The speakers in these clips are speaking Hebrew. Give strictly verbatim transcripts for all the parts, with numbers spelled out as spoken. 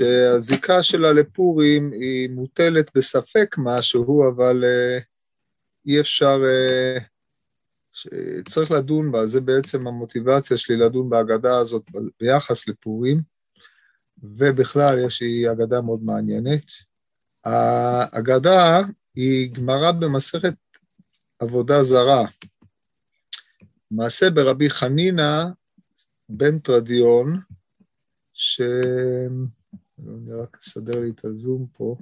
שהזיקה שלה לפורים היא מוטלת בספק משהו, אבל uh, אי אפשר, uh, צריך לדון בה, זה בעצם המוטיבציה שלי לדון בהגדה הזאת ביחס לפורים, ובכלל יש לי הגדה מאוד מעניינת. ההגדה היא גמרא במסכת עבודה זרה, מעשה ברבי חנינא בן תרדיון, ש... אני רק אסדר לי את הזום פה.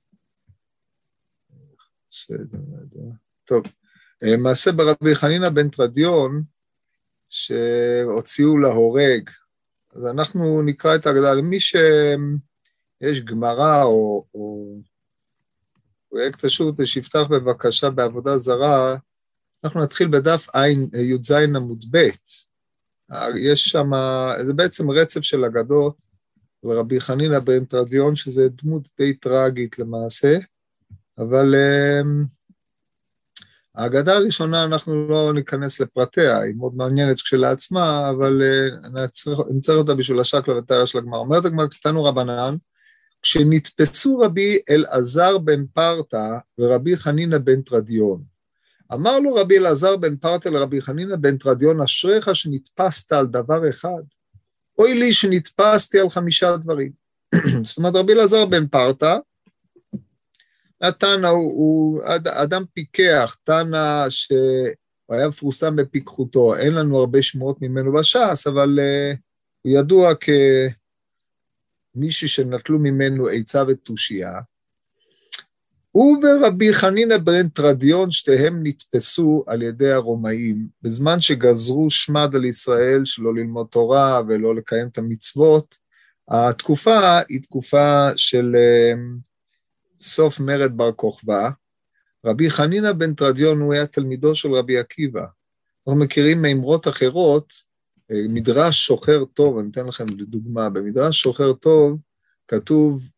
בסדר, טוב. מעשה ברבי חנינא בן תרדיון, שהוציאו להורג. אז אנחנו נקרא את ההגדה, למי שיש גמרא או, או פרויקט השו"ת, שיפתח בבקשה בעבודה זרה, אנחנו נתחיל בדף י"ז עמוד ב'. יש שם, זה בעצם רצף של אגדות, לרבי חנינא בן תרדיון, שזה דמות די טרגית למעשה, אבל um, ההגדה הראשונה אנחנו לא ניכנס לפרטיה, היא מאוד מעניינת כשלעצמה, אבל uh, נצטרך אותה בשביל השקלא וטריא של הגמרא. אומרת הגמרא, תנו רבנן, כשנתפסו רבי אלעזר בן פרתא ורבי חנינא בן תרדיון, אמר לו רבי אלעזר בן פרתא לרבי חנינא בן תרדיון, אשריך שנתפסת על דבר אחד, אוי לי שנתפסתי על חמישה דברים. זאת אומרת, רבי אלעזר בן פרתא, התנא הוא, הוא אדם פיקח, תנא שהוא היה מפורסם בפיקחותו, אין לנו הרבה שמועות ממנו בש"ס, אבל uh, הוא ידוע כמישהו שנטלו ממנו עצה ותושייה, הוא ורבי חנינא בן תרדיון, שתיהם נתפסו על ידי הרומאים, בזמן שגזרו שמד על ישראל, שלא ללמוד תורה ולא לקיים את המצוות. התקופה היא תקופה של סוף מרד בר כוכבא. רבי חנינא בן תרדיון הוא היה תלמידו של רבי עקיבא. אנחנו מכירים מאמרות אחרות, מדרש שוחר טוב, אני אתן לכם דוגמה, במדרש שוחר טוב כתוב,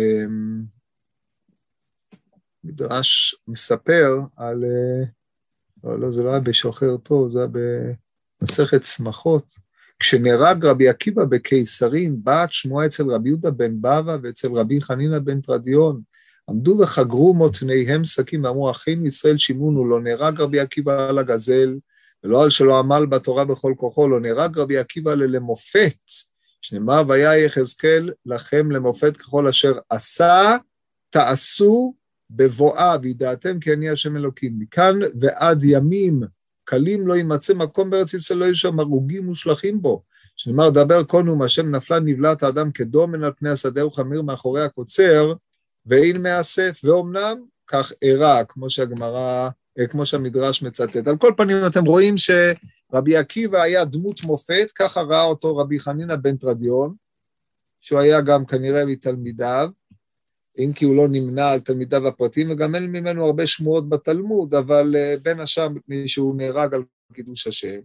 מדרש מספר על, לא, לא, זה לא היה בשוחר טוב, זה היה במסכת שמחות, כשנהרג רבי עקיבא בקיסרין, באת שמועה אצל רבי יהודה בן בבא ואצל רבי חנינא בן תרדיון, עמדו וחגרו מותניהם שקים ואמרו, אחינו ישראל שימונו, לא נהרג רבי עקיבא על הגזל, ולא על שלא עמל בתורה בכל כוחו, לא נהרג רבי עקיבא למופת, שנאמר והיה יחזקאל לכם למופת ככל אשר עשה, תעשו בבואה, וידעתם כי אני השם אלוקים. מכאן ועד ימים קלים לא יימצא מקום בארץ ישראל, לא יש שם הרוגים ושלחים בו. שנאמר דבר קונום, השם נפלה נבלעת האדם כדומן על פני השדה וחמיר מאחורי הקוצר, ואין מאסף, ואומנם כך אירע, כמו שהגמרא, כמו שהמדרש מצטט. על כל פנים אתם רואים שרבי עקיבא היה דמות מופת, ככה ראה אותו רבי חנינא בן תרדיון, שהוא היה גם כנראה מתלמידיו, אם כי הוא לא נמנה על תלמידיו הפרטיים, וגם אין ממנו הרבה שמועות בתלמוד, אבל בין השאר מפני שהוא נהרג על קידוש השם.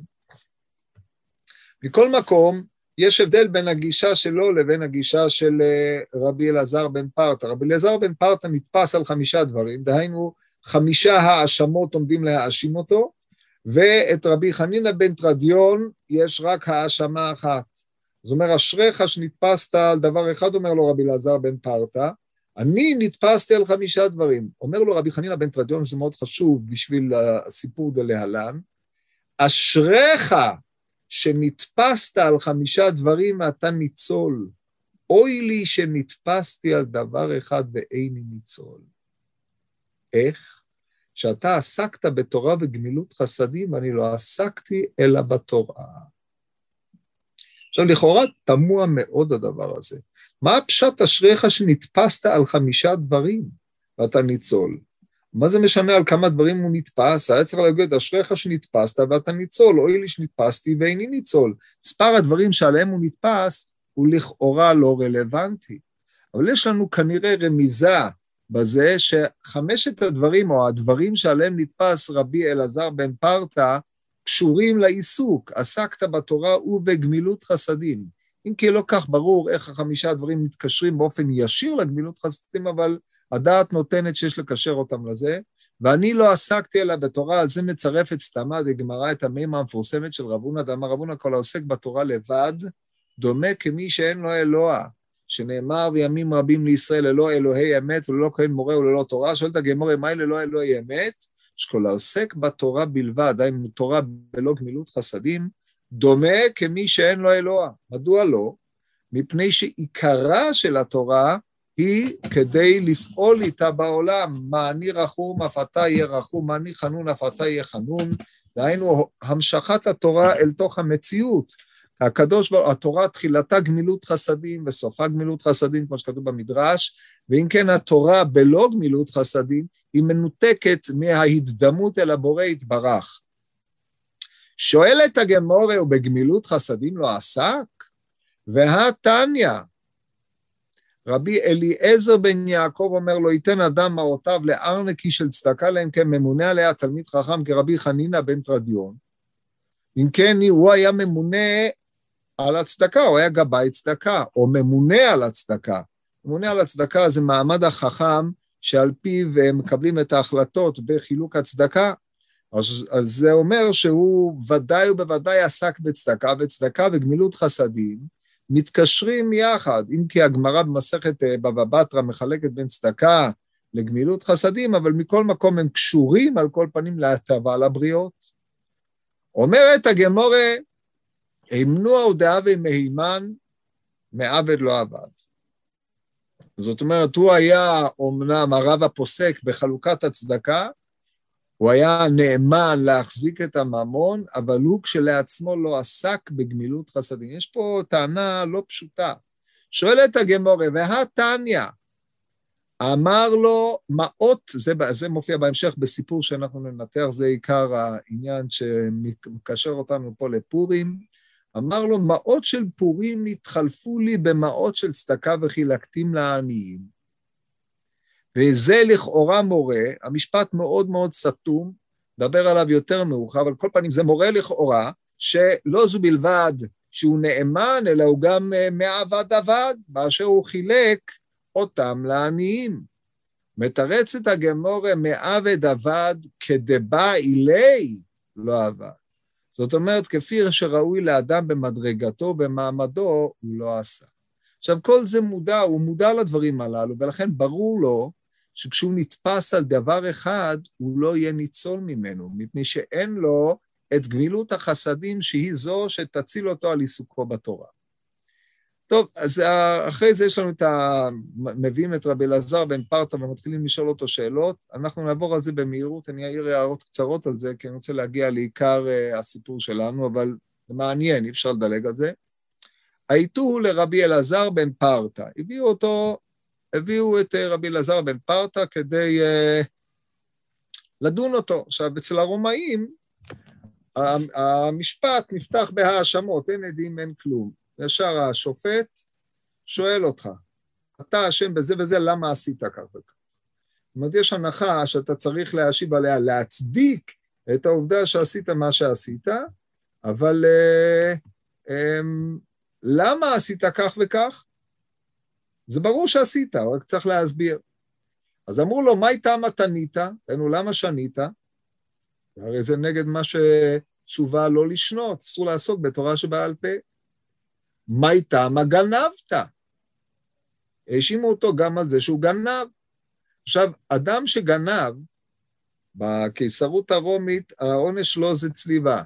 מכל מקום, יש הבדל בין הגישה שלו לבין הגישה של רבי אלעזר בן פרתא. רבי אלעזר בן פרתא נתפס על חמישה דברים, דהיינו חמישה האשמות עומדים להאשים אותו, ואת רבי חנינא בן תרדיון יש רק האשמה אחת. זאת אומרת, אשריך שנתפסת על דבר אחד, אומר לו רבי אלעזר בן פרתא, אני נתפסתי על חמישה דברים. אומר לו רבי חנינא בן תרדיון, זה מאוד חשוב בשביל הסיפור דלהלן, אשריך שנתפסת על חמישה דברים, אתה ניצול. אוי לי שנתפסתי על דבר אחד ואיני ניצול. איך? שאתה עסקת בתורה וגמילות חסדים, ואני לא עסקתי אלא בתורה. עכשיו, לכאורה תמוה מאוד הדבר הזה. מה הפשט אשריך שנתפסת על חמישה דברים, ואתה ניצול? מה זה משנה על כמה דברים הוא נתפס? היה צריך להגיד, אשריך שנתפסת ואתה ניצול, אוי לי שנתפסתי ואיני ניצול. מספר הדברים שעליהם הוא נתפס, הוא לכאורה לא רלוונטי. אבל יש לנו כנראה רמיזה בזה, שחמשת הדברים, או הדברים שעליהם נתפס רבי אלעזר בן פרתא, קשורים לעיסוק, עסקת בתורה ובגמילות חסדים. אם כי לא כך ברור איך החמישה הדברים מתקשרים באופן ישיר לגמילות חסדים, אבל הדעת נותנת שיש לקשר אותם לזה, ואני לא עסקתי אלא בתורה, על זה מצרפת סתמא דגמרא את המימה המפורסמת של רב הונא, דאמר רב הונא כל העוסק בתורה לבד, דומה כמי שאין לו אלוה, שנאמר וימים רבים לישראל ללא אלוהי אמת וללא כהן מורה וללא תורה, שואלת הגמרא, מהי ללא אלוהי אמת? שכל העוסק בתורה בלבד, דהיינו תורה בלא גמילות חסדים, דומה כמי שאין לו אלוה. מדוע לא? מפני שעיקרה של התורה היא כדי לפעול איתה בעולם, מה אני רחום אף אתה יהיה רחום, מה אני חנון אף אתה יהיה חנון, דהיינו המשכת התורה אל תוך המציאות. הקדוש ברוך הוא, התורה תחילתה גמילות חסדים וסופה גמילות חסדים, כמו שכתוב במדרש, ואם כן התורה בלא גמילות חסדים, היא מנותקת מההתדמות אל הבורא יתברך. שואלת הגמרא, הוא בגמילות חסדים לא עסק? והתניא, רבי אליעזר בן יעקב אומר לו, ייתן אדם מעותיו לארנקי של צדקה להם, כן ממונה עליה תלמיד חכם כרבי חנינא בן תרדיון. אם כן, הוא היה ממונה על הצדקה, הוא היה גבאי צדקה, או ממונה על הצדקה. ממונה על הצדקה זה מעמד החכם, שעל פיו מקבלים את ההחלטות בחילוק הצדקה, אז, אז זה אומר שהוא ודאי ובוודאי עסק בצדקה, וצדקה וגמילות חסדים, מתקשרים יחד, אם כי הגמרא במסכת בבא בתרא מחלקת בין צדקה לגמילות חסדים, אבל מכל מקום הם קשורים על כל פנים להטבה לבריות. אומרת הגמרא, אמנוע ודאבי מהימן, מעבד לא עבד. זאת אומרת, הוא היה אומנם הרב הפוסק בחלוקת הצדקה, הוא היה נאמן להחזיק את הממון, אבל הוא כשלעצמו לא עסק בגמילות חסדים. יש פה טענה לא פשוטה. שואלת הגמרא, והתניא, אמר לו מאות, זה, זה מופיע בהמשך בסיפור שאנחנו ננתח, זה עיקר העניין שמקשר אותנו פה לפורים, אמר לו, מאות של פורים נתחלפו לי במאות של צדקה וחילקתים לעניים. וזה לכאורה מורה, המשפט מאוד מאוד סתום, דבר עליו יותר מאוחר, אבל כל פנים זה מורה לכאורה, שלא זו בלבד שהוא נאמן, אלא הוא גם מעבד עבד, באשר הוא חילק אותם לעניים. מתרצת הגמרא מעבד עבד כדבא אילי לא עבד. זאת אומרת, כפי שראוי לאדם במדרגתו, במעמדו, הוא לא עשה. עכשיו, כל זה מודע, הוא מודע לדברים הללו, ולכן ברור לו שכשהוא נתפס על דבר אחד, הוא לא יהיה ניצול ממנו, מפני שאין לו את גמילות החסדים שהיא זו שתציל אותו על עיסוקו בתורה. טוב, אז אחרי זה יש לנו את ה... מביאים את רבי אלעזר בן פרתא ומתחילים לשאול אותו שאלות, אנחנו נעבור על זה במהירות, אני אעיר הערות קצרות על זה, כי אני רוצה להגיע לעיקר הסיפור שלנו, אבל זה מעניין, אי אפשר לדלג על זה. הייתו לרבי אלעזר בן פרתא, הביאו אותו, הביאו את רבי אלעזר בן פרתא כדי uh, לדון אותו. עכשיו, אצל הרומאים, המשפט נפתח בהאשמות, אין עדים, אין כלום. ישר השופט שואל אותך, אתה אשם בזה וזה, למה עשית כך וכך? זאת אומרת, יש הנחה שאתה צריך להשיב עליה, להצדיק את העובדה שעשית מה שעשית, אבל uh, um, למה עשית כך וכך? זה ברור שעשית, רק צריך להסביר. אז אמרו לו, מה הייתה מתנית? תנו, למה שנית? הרי זה נגד מה שצווה לא לשנות, אסור לעסוק בתורה שבעל פה. מה הייתה? מה גנבת? האשימו אותו גם על זה שהוא גנב. עכשיו, אדם שגנב, בקיסרות הרומית, העונש שלו זה צליבה.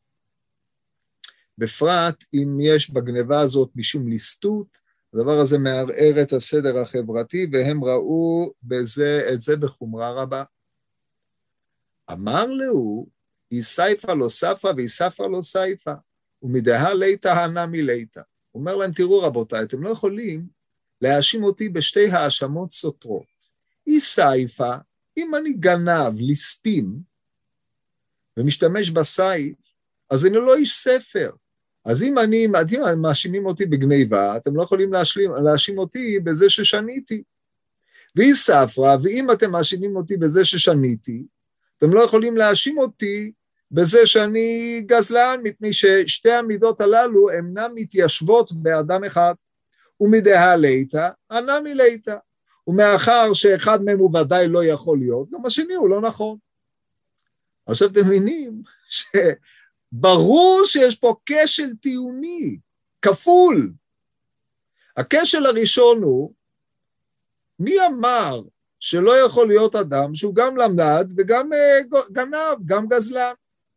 בפרט אם יש בגניבה הזאת משום ליסטות, הדבר הזה מערער את הסדר החברתי, והם ראו בזה, את זה בחומרה רבה. אמר לו, היא סייפה לא ספה, והיא ספה לא סייפה, ומדהה ליתה הנה מליתה. הוא אומר להם, תראו רבותיי, אתם לא יכולים להאשים אותי בשתי האשמות סותרות. היא סייפה, אם אני גנב, ליסטים, ומשתמש בסייף, אז אני לא איש ספר. אז אם אני, אתם מאשימים אותי בגניבה, אתם לא יכולים להשלים, להאשים אותי בזה ששניתי. והיא ספרה, ואם אתם מאשימים אותי בזה ששניתי, אתם לא יכולים להאשים אותי בזה שאני גזלן, מפני ששתי המידות הללו אינן מתיישבות באדם אחד, ומדהה ליתה, ענה מליתה. ומאחר שאחד מהם הוא ודאי לא יכול להיות, גם השני הוא לא נכון. עכשיו אתם מבינים ש... ברור שיש פה כשל טיעוני, כפול. הכשל הראשון הוא, מי אמר שלא יכול להיות אדם שהוא גם למד וגם גנב, גם גזלן?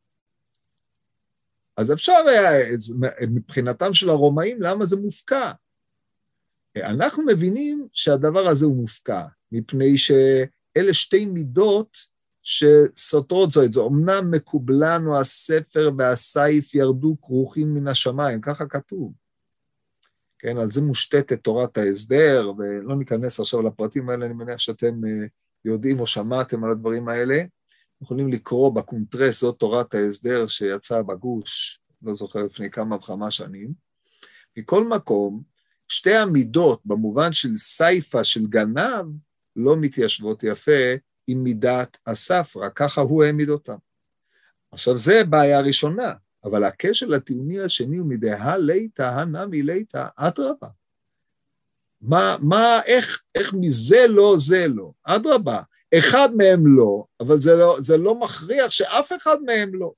אז אפשר, מבחינתם של הרומאים, למה זה מופקע? אנחנו מבינים שהדבר הזה הוא מופקע, מפני שאלה שתי מידות שסותרות זו את זו. אמנם מקובלנו הספר והסייף ירדו כרוכים מן השמיים, ככה כתוב. כן, על זה מושתתת תורת ההסדר, ולא ניכנס עכשיו לפרטים האלה, אני מניח שאתם יודעים או שמעתם על הדברים האלה. יכולים לקרוא בקונטרס, זאת תורת ההסדר שיצאה בגוש, לא זוכר לפני כמה וכמה שנים. מכל מקום, שתי המידות במובן של סייפה של גנב, לא מתיישבות יפה עם מידת הספרא, ככה הוא העמיד אותם. עכשיו זה בעיה ראשונה, אבל הכשל הטיעוני השני הוא מדהה ליתא, הנמי ליתא, אדרבה. מה, מה, איך, איך מזה לא, זה לא, אדרבה. אחד מהם לא, אבל זה לא, זה לא מכריח שאף אחד מהם לא.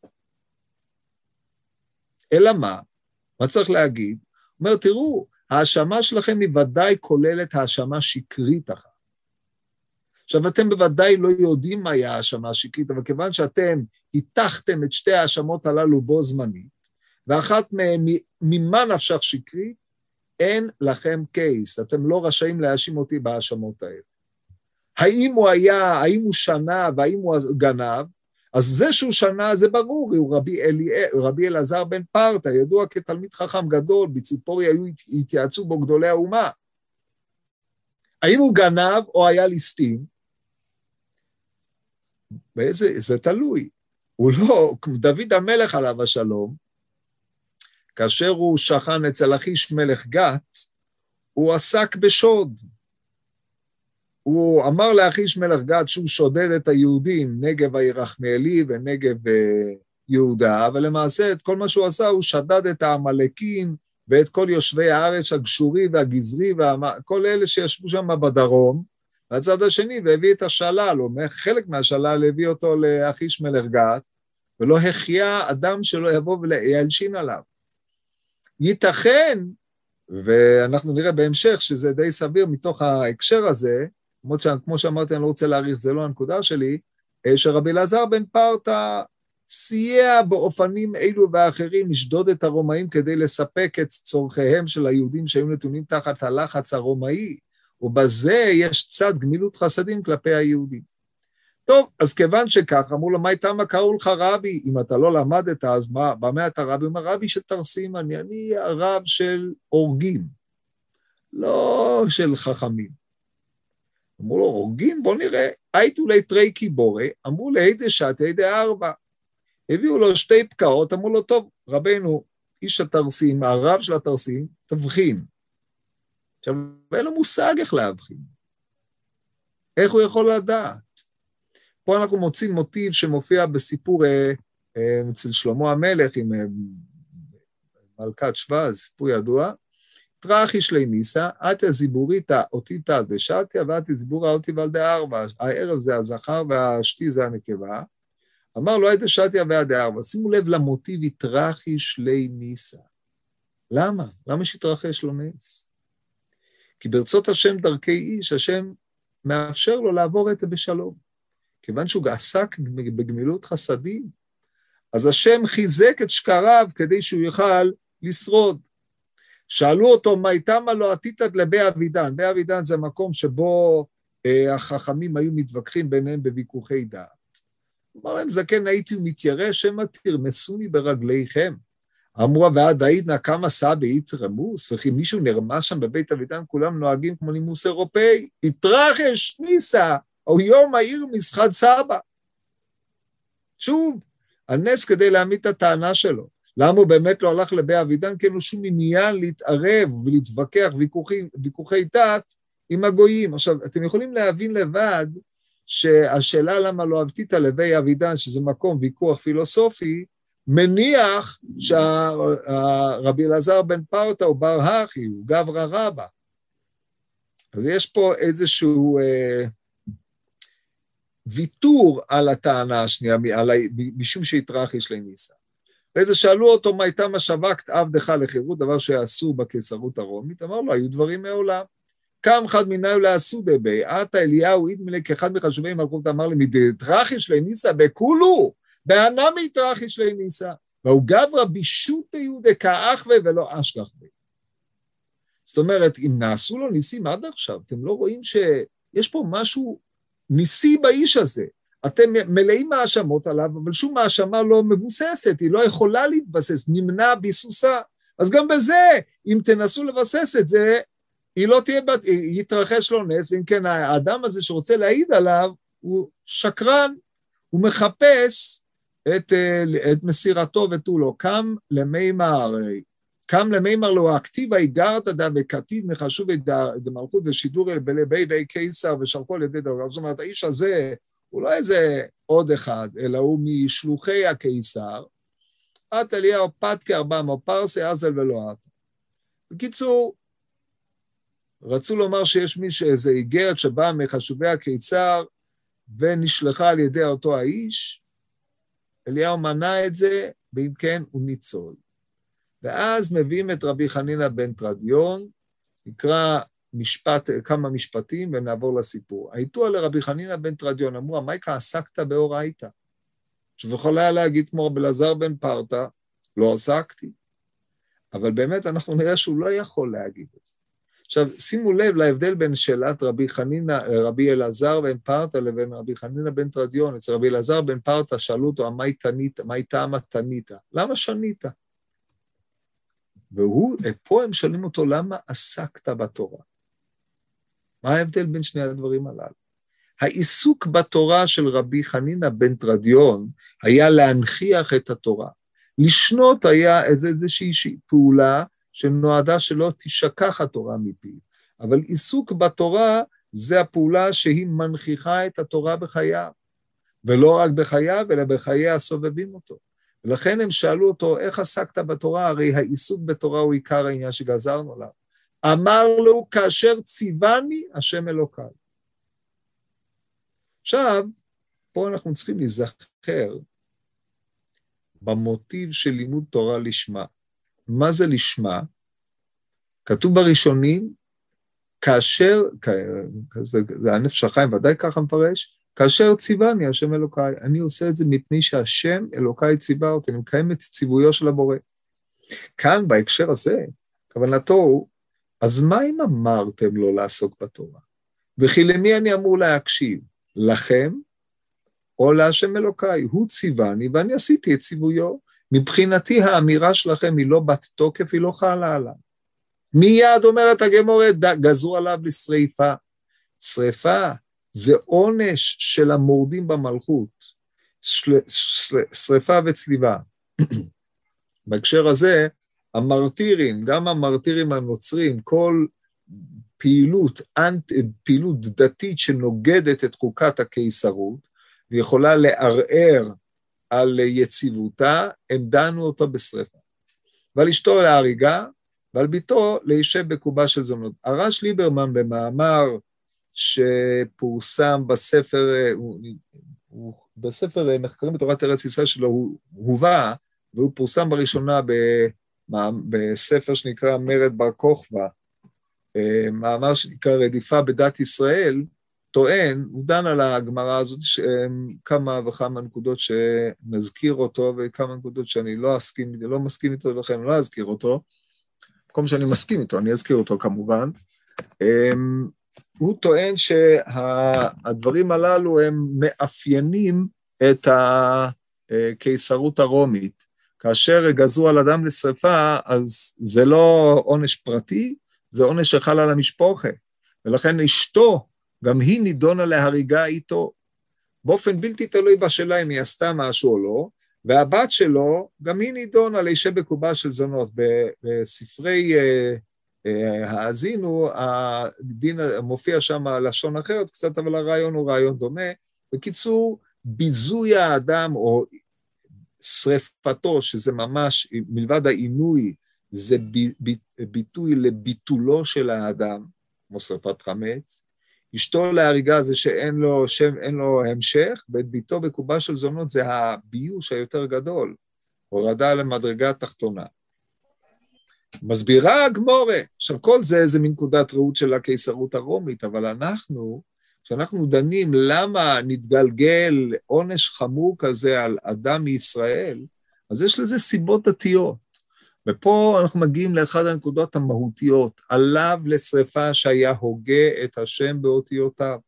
אלא מה? מה צריך להגיד? אומר, תראו, האשמה שלכם היא ודאי כוללת האשמה שקרית אחת. עכשיו, אתם בוודאי לא יודעים מה היה האשמה השקרית, אבל כיוון שאתם היתחתם את שתי האשמות הללו בו זמנית, ואחת מהם ממה נפשך שקרית, אין לכם קייס, אתם לא רשאים להאשים אותי בהאשמות האלה. האם הוא היה, האם הוא שנה והאם הוא גנב, אז זה שהוא שנה זה ברור, הוא רבי, אלי, רבי אלעזר בן פרתא, ידוע כתלמיד חכם גדול, בציפורי היו התייעצו בו גדולי האומה. האם הוא גנב או היה ליסטים? באיזה, זה תלוי. הוא לא, דוד המלך עליו השלום, כאשר הוא שכן אצל אחיש מלך גת, הוא עסק בשוד. הוא אמר לאחיש מלך גת שהוא שודד את היהודים, נגב הירחמאלי ונגב יהודה, אבל למעשה את כל מה שהוא עשה, הוא שדד את העמלקים ואת כל יושבי הארץ הגשורי והגזרי, וכל אלה שישבו שם בדרום, והצד השני, והביא את השלל, חלק מהשלל הביא אותו לאחיש מלך גת, ולא החיה אדם שלא יבוא וילשין עליו. ייתכן, ואנחנו נראה בהמשך שזה די סביר מתוך ההקשר הזה, כמו שאמרתי, אני לא רוצה להעריך, זה לא הנקודה שלי, שרבי אלעזר בן פרתא סייע באופנים אלו ואחרים לשדוד את הרומאים כדי לספק את צורכיהם של היהודים שהיו נתונים תחת הלחץ הרומאי, ובזה יש צד גמילות חסדים כלפי היהודים. טוב, אז כיוון שכך, אמרו לו, מה איתה מה קראו לך רבי? אם אתה לא למדת, אז מה, במה אתה רבי? הוא אומר, רבי של תרסים, אני, אני הרב של אורגים, לא של חכמים. אמרו לו, אורגים, בוא נראה, הייתו לי תרי קיבורי, אמרו לי, הידי שת, הידי ארבע. הביאו לו שתי פקעות, אמרו לו, טוב, רבנו, איש התרסים, הרב של התרסים, תבחין. עכשיו, אין לו מושג איך להבחין. איך הוא יכול לדעת? פה אנחנו מוצאים מוטיב שמופיע בסיפור אה, אה, אצל שלמה המלך עם אה, מלכת שבא, סיפור ידוע, תרחי שלי ניסה, אתיה זיבוריתא אותיתא דשתיה, ואתיה זיבורא אותי ולדי ארבע, הערב זה הזכר והשתי זה הנקבה, אמר לו אתיה שתיה ועדי ארבע, שימו לב למוטיב תרחי שלי ניסה. למה? למה שיתרחש לו נס? כי ברצות השם דרכי איש, השם מאפשר לו לעבור את זה בשלום. כיוון שהוא עסק בגמילות חסדים, אז השם חיזק את שקריו כדי שהוא יוכל לשרוד. שאלו אותו, מה איתם לא עתיתת לבי אבידן? בי אבידן זה מקום שבו אה, החכמים היו מתווכחים ביניהם בוויכוחי דעת. אמר להם, זקן הייתי ומתיירא, שמא תרמסוני ברגליכם. אמרו, ועד העידנא כמה סבא יתרמוס, וכי מישהו נרמס שם בבית אבידן, כולם נוהגים כמו נימוס אירופאי, התרחש ניסה, או יום העיר מסחד סבא. שוב, הנס כדי להעמיד את הטענה שלו. למה הוא באמת לא הלך לבי אבידן? כי אין לו שום עניין להתערב ולהתווכח ויכוחים, ויכוחי דת עם הגויים. עכשיו, אתם יכולים להבין לבד שהשאלה למה לא עבדית לבי אבידן, שזה מקום ויכוח פילוסופי, מניח שהרבי אלעזר בן פרתא הוא בר הכי, הוא גברא רבא. אז יש פה איזשהו אה, ויתור על הטענה השנייה, על, משום שהתרחש לניסה. וזה שאלו אותו, מה הייתה משווקת עבדך לחירות, דבר שעשו בקיסרות הרומית, אמר לו, היו דברים מעולם. קם חד מיניו לעשו דבי, עתה אליהו עיד מלא כאחד מחשובי מלכות, אמר לי, מדרחיש לניסה בכולו, בענמי דרחיש לניסה, והוא גברא בישוטי יהודה כאחווה ולא אשכח בי. זאת אומרת, אם נעשו לו ניסים עד עכשיו, אתם לא רואים שיש פה משהו ניסי באיש הזה, אתם מלאים האשמות עליו, אבל שום האשמה לא מבוססת, היא לא יכולה להתבסס, נמנע ביסוסה, אז גם בזה, אם תנסו לבסס את זה, היא לא תהיה, יתרחש לו נס, ואם כן, האדם הזה שרוצה להעיד עליו, הוא שקרן, הוא מחפש את, את מסירתו ותו לו, קם למימר, קם למימר לו, הכתיב היגרת דה וכתיב מחשוב דמלכות ושידור אל בלבי בי קיסר ושלחו על ידי דרגה, זאת אומרת, האיש הזה הוא לא איזה עוד אחד, אלא הוא משלוחי הקיסר, את אליהו פתקי ארבע מאות פרסי, אזל ולא את. בקיצור, רצו לומר שיש מי שאיזה איגרת שבאה מחשובי הקיסר, ונשלחה על ידי אותו האיש, אליהו מנע את זה, ואם כן הוא ניצול. ואז מביאים את רבי חנינא בן תרדיון, נקרא משפט, כמה משפטים ונעבור לסיפור. הייתו לרבי חנינא בן תרדיון, אמרו, מייקה עסקת באורייתא, שיכול היה להגיד כמו רבי אלעזר בן פרתא, לא עסקתי, אבל באמת אנחנו נראה שהוא לא יכול להגיד את זה. עכשיו, שימו לב להבדל בין שאלת רבי חנינא, רבי אלעזר בן פרתא לבין רבי חנינא בן תרדיון. אצל רבי אלעזר בן פרתא שאלו אותו, מהי תנית, מהי טעמה תנית? למה שנית? והוא, פה הם שואלים אותו, למה עסקת בתורה? מה ההבדל בין שני הדברים הללו? העיסוק בתורה של רבי חנינא בן תרדיון היה להנכיח את התורה. לשנות היה איזושהי פעולה שנועדה שלא תשכח התורה מפיו. אבל עיסוק בתורה זה הפעולה שהיא מנכיחה את התורה בחייו. ולא רק בחייו, אלא בחיי הסובבים אותו. ולכן הם שאלו אותו, איך עסקת בתורה? הרי העיסוק בתורה הוא עיקר העניין שגזרנו עליו. אמר לו, כאשר ציווני השם אלוקיי. עכשיו, פה אנחנו צריכים להיזכר במוטיב של לימוד תורה לשמה. מה זה לשמה? כתוב בראשונים, כאשר, זה, זה הנפש החיים, ודאי ככה מפרש, כאשר ציווני השם אלוקיי, אני עושה את זה מפני שהשם אלוקיי ציווה אותי, אני מקיים את ציוויו של הבורא. כאן בהקשר הזה, כוונתו הוא, אז מה אם אמרתם לו לעסוק בתורה? וכי למי אני אמור להקשיב? לכם או להשם אלוקיי? הוא ציווני ואני עשיתי את ציוויו. מבחינתי האמירה שלכם היא לא בת תוקף, היא לא חלה עליו. מיד אומרת הגמורה, גזרו עליו לשריפה. שריפה זה עונש של המורדים במלכות, שריפה וצליבה. בהקשר הזה, המרטירים, גם המרטירים הנוצרים, כל פעילות, פעילות דתית שנוגדת את חוקת הקיסרות, ויכולה לערער על יציבותה, הם דנו אותו בשריפה. ועל אשתו להריגה, ועל ביתו להישב בקובה של זונות. הרש ליברמן במאמר שפורסם בספר, הוא, הוא, בספר מחקרים בתורת ארץ ישראל שלו, הוא הובא, והוא פורסם בראשונה בספר שנקרא מרד בר כוכבא, מאמר שנקרא רדיפה בדת ישראל, טוען, הוא דן על הגמרא הזאת, כמה וכמה נקודות שנזכיר אותו, וכמה נקודות שאני לא אסכים, לא מסכים איתו, לכן לא אזכיר אותו, במקום שאני מסכים איתו, אני אזכיר אותו כמובן. הוא טוען שהדברים הללו הם מאפיינים את הקיסרות הרומית. כאשר גזרו על אדם לשרפה, אז זה לא עונש פרטי, זה עונש שחל על המשפחה. ולכן אשתו, גם היא נידונה להריגה איתו, באופן בלתי תלוי בשאלה אם היא עשתה משהו או לא, והבת שלו, גם היא נידונה להישב בקובה של זונות. בספרי האזינו, הדין מופיע שם לשון אחרת קצת, אבל הרעיון הוא רעיון דומה. בקיצור, ביזוי האדם או שריפתו, שזה ממש, מלבד העינוי, זה ביטוי לביטולו של האדם, כמו שריפת חמץ. אשתו להריגה זה שאין לו שם, אין לו המשך, ואת ביתו בקובה של זונות זה הביוש היותר גדול. הורדה למדרגה תחתונה. מסבירה הגמורה, עכשיו כל זה זה מנקודת ראות של הקיסרות הרומית, אבל אנחנו, כשאנחנו דנים למה נתגלגל עונש חמור כזה על אדם מישראל, אז יש לזה סיבות דתיות, ופה אנחנו מגיעים לאחד הנקודות המהותיות, עליו לשרפה שהיה הוגה את השם באותיותיו.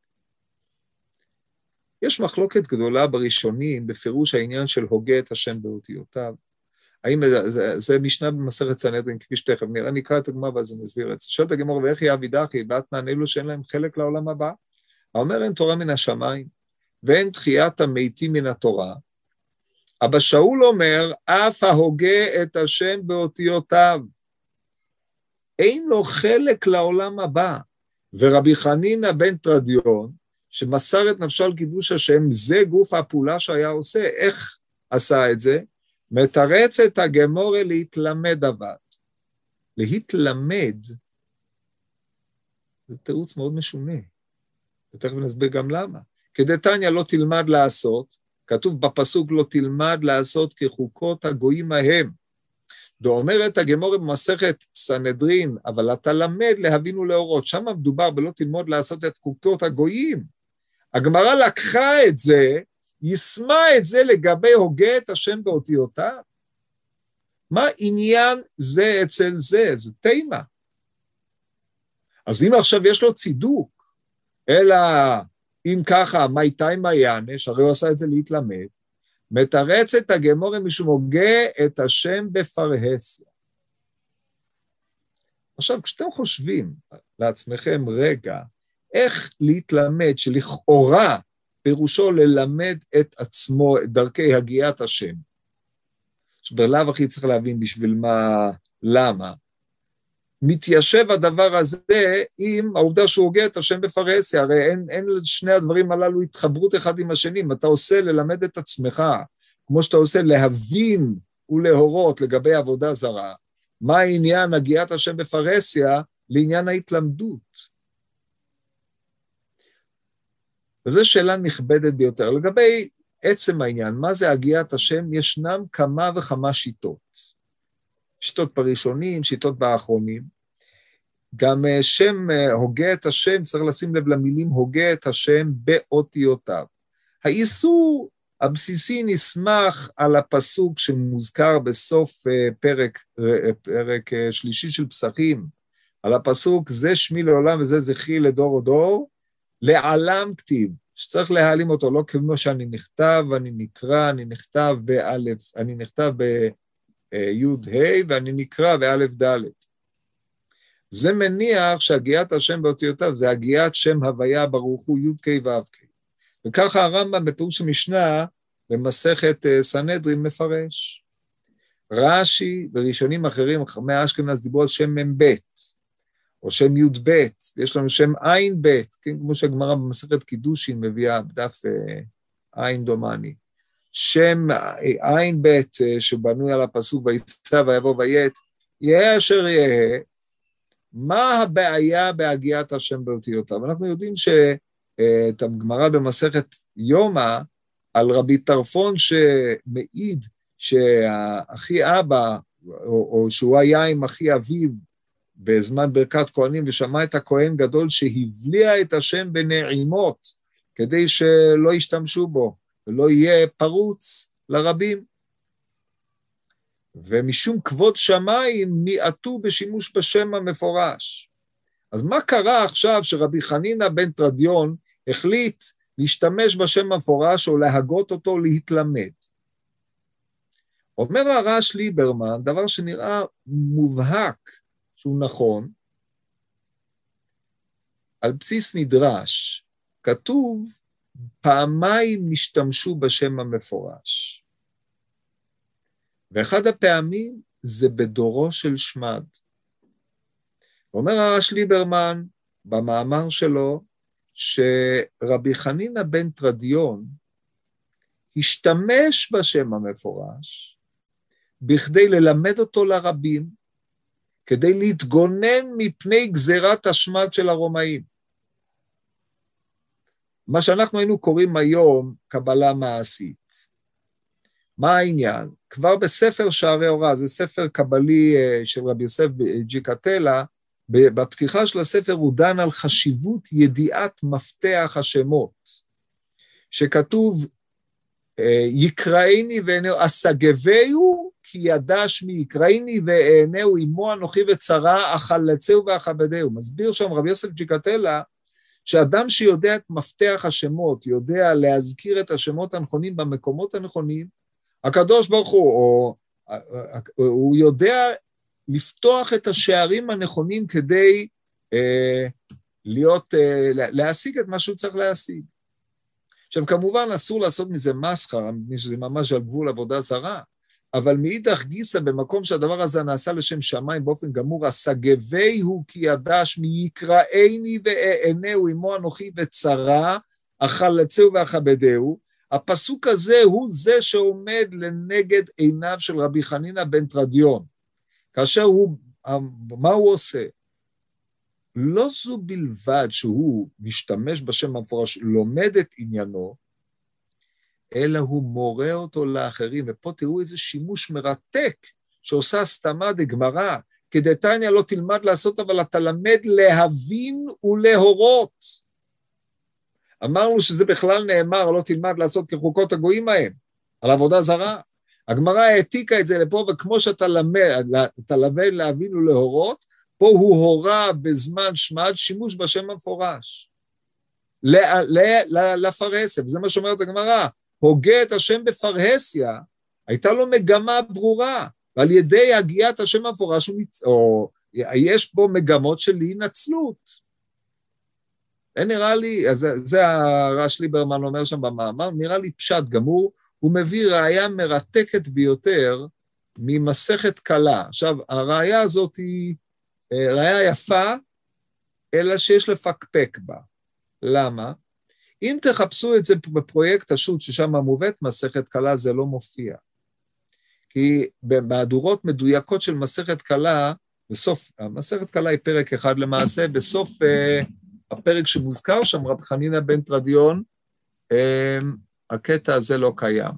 יש מחלוקת גדולה בראשונים, בפירוש העניין של הוגה את השם באותיותיו, האם זה, זה משנה במסכת סנהדרין, כפי שתכף נראה, נקרא את הגמרא ואז אני אסביר את זה. שואלת הגמרא, ואיך יעביד אחי, ואת נענה לו שאין להם חלק לעולם הבא? האומר, אין תורה מן השמיים, ואין תחיית המתים מן התורה. אבא שאול אומר, אף ההוגה את השם באותיותיו, אין לו חלק לעולם הבא. ורבי חנינא בן תרדיון, שמסר את נפשו על קידוש השם, זה גוף הפעולה שהיה עושה. איך עשה את זה? מתרץ את הגמורה להתלמד עבד. להתלמד, זה תירוץ מאוד משונה. ותכף נסביר גם למה. כדתניא לא תלמד לעשות, כתוב בפסוק לא תלמד לעשות כחוקות הגויים ההם. ואומרת הגמורה במסכת סנהדרין, אבל אתה למד להבין ולהורות. שם מדובר בלא תלמוד לעשות את חוקות הגויים. הגמרא לקחה את זה, ישמה את זה לגבי הוגה את השם באותיותיו. מה עניין זה אצל זה? זה תימה. אז אם עכשיו יש לו צידוק, אלא אם ככה, מי תימה יענש, הרי הוא עשה את זה להתלמד, מתרץ את הגמורה משום הוגה את השם בפרהסיה. עכשיו, כשאתם חושבים לעצמכם רגע, איך להתלמד שלכאורה, פירושו ללמד את עצמו, את דרכי הגיית השם. שבלאו הכי צריך להבין בשביל מה, למה. מתיישב הדבר הזה עם העובדה שהוא הוגה את השם בפרהסיה, הרי אין, אין שני הדברים הללו התחברות אחד עם השני, אתה עושה ללמד את עצמך, כמו שאתה עושה להבין ולהורות לגבי עבודה זרה, מה העניין הגיית השם בפרהסיה לעניין ההתלמדות. וזו שאלה נכבדת ביותר. לגבי עצם העניין, מה זה הגיית השם? ישנם כמה וכמה שיטות. שיטות בראשונים, שיטות באחרונים. גם שם הוגה את השם, צריך לשים לב למילים הוגה את השם באותיותיו. האיסור הבסיסי נסמך על הפסוק שמוזכר בסוף פרק, פרק שלישי של פסחים, על הפסוק זה שמי לעולם וזה זכרי לדור ודור, לעלם כתיב, שצריך להעלים אותו, לא כמו שאני נכתב, אני נקרא, אני נכתב באלף, אני נכתב ביוד ה' ואני נקרא באלף ד'. זה מניח שהגיית השם באותיותיו, זה הגיית שם הוויה ברוך הוא י' ק' ו' ק'. וככה הרמב"ם בפירוש המשנה, במסכת סנהדרין מפרש. רש"י וראשונים אחרים, חכמי אשכנז דיברו על שם מ"ב, או שם י' ב', יש לנו שם עין ב', כן, כמו שהגמרא במסכת קידושין מביאה בדף עין דומני. שם עין ב' שבנוי על הפסוק ויצא ויבוא ויית, יהיה אשר יהיה, מה הבעיה בהגיית השם באותיותיו? אנחנו יודעים שאת הגמרא במסכת יומא, על רבי טרפון שמעיד שהאחי אבא, או, או שהוא היה עם אחי אביו, בזמן ברכת כהנים, ושמע את הכהן גדול שהבליע את השם בנעימות, כדי שלא ישתמשו בו, ולא יהיה פרוץ לרבים. ומשום כבוד שמיים מיעטו בשימוש בשם המפורש. אז מה קרה עכשיו שרבי חנינא בן תרדיון החליט להשתמש בשם המפורש או להגות אותו להתלמד? אומר הרש ליברמן, דבר שנראה מובהק שהוא נכון, על בסיס מדרש, כתוב פעמיים נשתמשו בשם המפורש. ואחד הפעמים זה בדורו של שמד. אומר הרש ליברמן במאמר שלו, שרבי חנינא בן תרדיון השתמש בשם המפורש, בכדי ללמד אותו לרבים, כדי להתגונן מפני גזירת השמד של הרומאים. מה שאנחנו היינו קוראים היום קבלה מעשית. מה העניין? כבר בספר שערי אורה, זה ספר קבלי של רבי יוסף ג'יקטלה, בפתיחה של הספר הוא דן על חשיבות ידיעת מפתח השמות, שכתוב, יקראיני ועיניהו, אסגבהו כי ידע שמי, יקראיני ועיניהו עמו אנוכי וצרה, אחלצהו ואכבדהו. מסביר שם רבי יוסף ג'יקטלה, שאדם שיודע את מפתח השמות, יודע להזכיר את השמות הנכונים במקומות הנכונים, הקדוש ברוך הוא, או, הוא יודע לפתוח את השערים הנכונים כדי אה, להיות, אה, להשיג את מה שהוא צריך להשיג. עכשיו, כמובן אסור לעשות מזה מסחרה, שזה ממש על גבול עבודה זרה, אבל מאידך גיסא, במקום שהדבר הזה נעשה לשם שמיים באופן גמור, אסגבהו כי ידע שמי, יקראיני ועיניהו עמו אנוכי וצרה, אחלצהו ואכבדהו. הפסוק הזה הוא זה שעומד לנגד עיניו של רבי חנינא בן תרדיון, כאשר הוא, מה הוא עושה? לא זו בלבד שהוא משתמש בשם המפורש, לומד את עניינו, אלא הוא מורה אותו לאחרים, ופה תראו איזה שימוש מרתק, שעושה סתמא דגמרא, כדתניא לא תלמד לעשות, אבל אתה למד להבין ולהורות. אמרנו שזה בכלל נאמר, לא תלמד לעשות כחוקות הגויים מהם, על עבודה זרה. הגמרא העתיקה את זה לפה, וכמו שאתה למד, אתה למד להבין ולהורות, פה הוא הורה בזמן שמד שימוש בשם המפורש. לפרהסיה, וזה מה שאומרת הגמרא, הוגה את השם בפרהסיה, הייתה לו מגמה ברורה, ועל ידי הגיית השם המפורש, או יש בו מגמות של להינצלות. אין נראה לי, זה, זה הרש ליברמן אומר שם במאמר, נראה לי פשט גמור, הוא מביא ראיה מרתקת ביותר ממסכת קלה. עכשיו, הראיה הזאת היא ראיה יפה, אלא שיש לפקפק בה. למה? אם תחפשו את זה בפרויקט השו"ת, ששם מובאת מסכת קלה, זה לא מופיע. כי במהדורות מדויקות של מסכת קלה, בסוף, המסכת קלה היא פרק אחד למעשה, בסוף uh, הפרק שמוזכר שם, רב חנינא בן תרדיון, um, הקטע הזה לא קיים.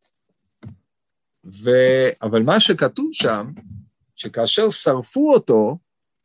ו... אבל מה שכתוב שם, שכאשר שרפו אותו,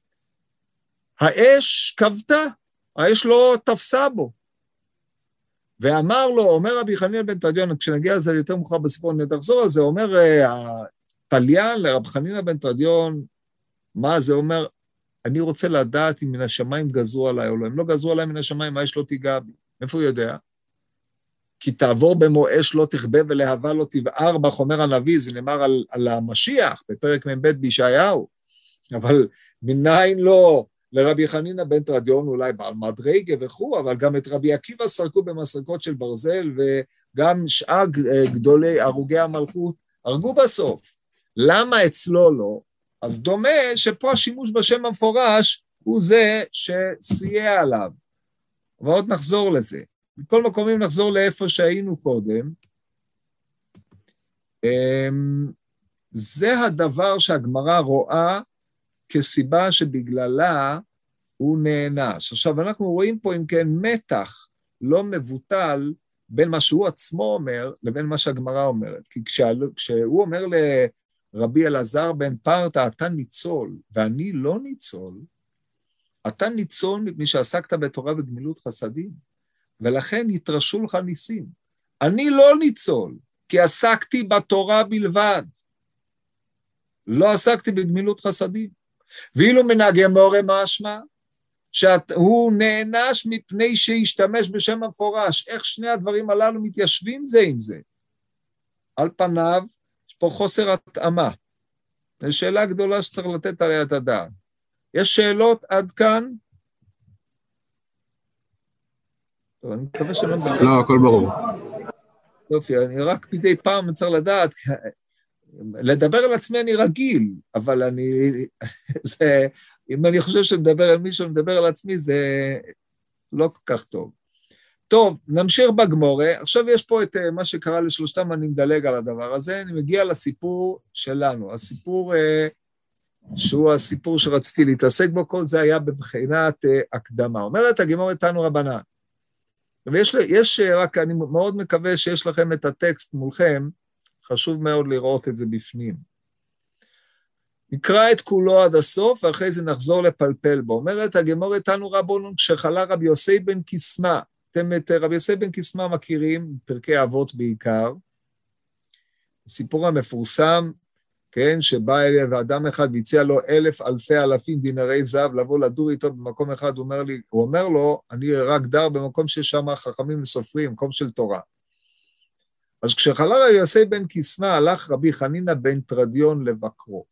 האש כבתה, האש לא תפסה בו. ואמר לו, אומר רבי חנינא בן תרדיון, כשנגיע לזה יותר מאוחר בסיפור, נתחזור על זה, אומר התליין לרב חנינא בן תרדיון, מה זה אומר? אני רוצה לדעת אם מן השמיים גזרו עליי או לא. אם לא גזרו עליי מן השמיים, האש לא תיגע בי. איפה הוא יודע? כי תעבור במו אש לא תכבה ולהבה לא תבער בך, אומר הנביא, זה נאמר על, על המשיח, בפרק מ"ב בישעיהו. אבל מניין לא... לרבי חנינא בן תרדיון, אולי בעל מדרגה וכו', אבל גם את רבי עקיבא סרקו במסרקות של ברזל, וגם שאר גדולי הרוגי המלכות הרגו בסוף. למה אצלו לא? אז דומה שפה השימוש בשם המפורש הוא זה שסייע עליו. ועוד נחזור לזה. בכל מקומים נחזור לאיפה שהיינו קודם. זה הדבר שהגמרא רואה כסיבה שבגללה הוא נענש. עכשיו, אנחנו רואים פה אם כן מתח לא מבוטל בין מה שהוא עצמו אומר לבין מה שהגמרא אומרת. כי כשהוא אומר לרבי אלעזר בן פרתא, אתה ניצול, ואני לא ניצול, אתה ניצול מפני שעסקת בתורה וגמילות חסדים, ולכן יתרשו לך ניסים. אני לא ניצול, כי עסקתי בתורה בלבד. לא עסקתי בגמילות חסדים. ואילו מנהגי מורה משמע, שהוא נענש מפני שהשתמש בשם המפורש. איך שני הדברים הללו מתיישבים זה עם זה? על פניו, יש פה חוסר התאמה. זו שאלה גדולה שצריך לתת עליה את הדעת. יש שאלות עד כאן? טוב, אני מקווה שלא... לא, הכל ברור. יופי, אני רק מדי פעם צריך לדעת... לדבר על עצמי אני רגיל, אבל אני, זה, אם אני חושב שמדבר על מישהו, מדבר על עצמי, זה לא כל כך טוב. טוב, נמשיך בגמורה. עכשיו יש פה את מה שקרה לשלושתם, אני מדלג על הדבר הזה, אני מגיע לסיפור שלנו, הסיפור שהוא הסיפור שרציתי להתעסק בו, כל זה היה בבחינת הקדמה. אומרת הגמורה תנו רבנן, ויש יש רק, אני מאוד מקווה שיש לכם את הטקסט מולכם, חשוב מאוד לראות את זה בפנים. נקרא את כולו עד הסוף, ואחרי זה נחזור לפלפל בו. אומרת הגמרא תנו רבנן, כשחלה רבי יוסי בן קיסמא, אתם את רבי יוסי בן קיסמא מכירים, פרקי אבות בעיקר, הסיפור המפורסם, כן, שבא אליו ואדם אחד והציע לו אלף אלפי אלפים דינרי זהב לבוא לדור איתו במקום אחד, הוא אומר, לי, הוא אומר לו, אני רק דר במקום ששם חכמים וסופרים, מקום של תורה. אז כשחלה רבי יוסי בן קיסמא, הלך רבי חנינא בן תרדיון לבקרו.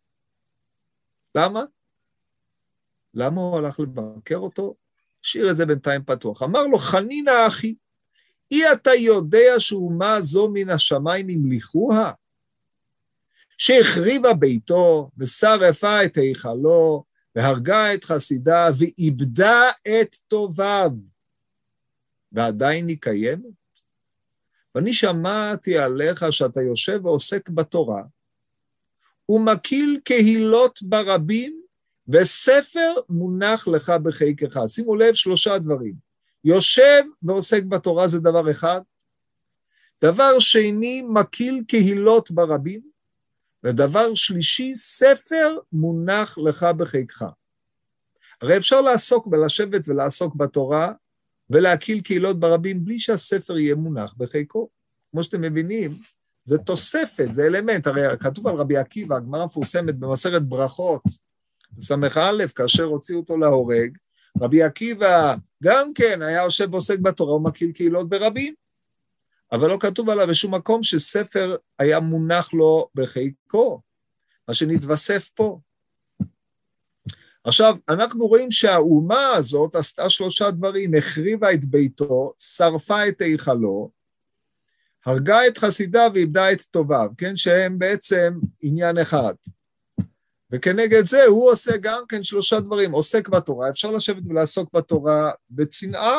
למה? למה הוא הלך לבקר אותו? השאיר את זה בינתיים פתוח. אמר לו, חנינא אחי, אי אתה יודע שאומה זו מן השמיים המליכוה? שהחריבה ביתו, ושרפה את היכלו, והרגה את חסידה, ואיבדה את טוביו, ועדיין היא קיימת. ואני שמעתי עליך שאתה יושב ועוסק בתורה, ומקיל קהילות ברבים, וספר מונח לך בחיקך. שימו לב, שלושה דברים. יושב ועוסק בתורה זה דבר אחד. דבר שני, מקיל קהילות ברבים. ודבר שלישי, ספר מונח לך בחיקך. הרי אפשר לעסוק ולשבת ולעסוק בתורה, ולהקיל קהילות ברבים, בלי שהספר יהיה מונח בחיקו. כמו שאתם מבינים, זה תוספת, זה אלמנט. הרי כתוב על רבי עקיבא, הגמרא מפורסמת במסכת ברכות, סמך א', כאשר הוציאו אותו להורג, רבי עקיבא גם כן היה יושב ועוסק בתורה, הוא מקיל קהילות ברבים, אבל לא כתוב עליו בשום מקום שספר היה מונח לו בחיקו, מה שנתווסף פה. עכשיו, אנחנו רואים שהאומה הזאת עשתה שלושה דברים, החריבה את ביתו, שרפה את היכלו, הרגה את חסידה ואיבדה את טוביו, כן, שהם בעצם עניין אחד. וכנגד זה הוא עושה גם כן שלושה דברים, עוסק בתורה, אפשר לשבת ולעסוק בתורה בצנעה,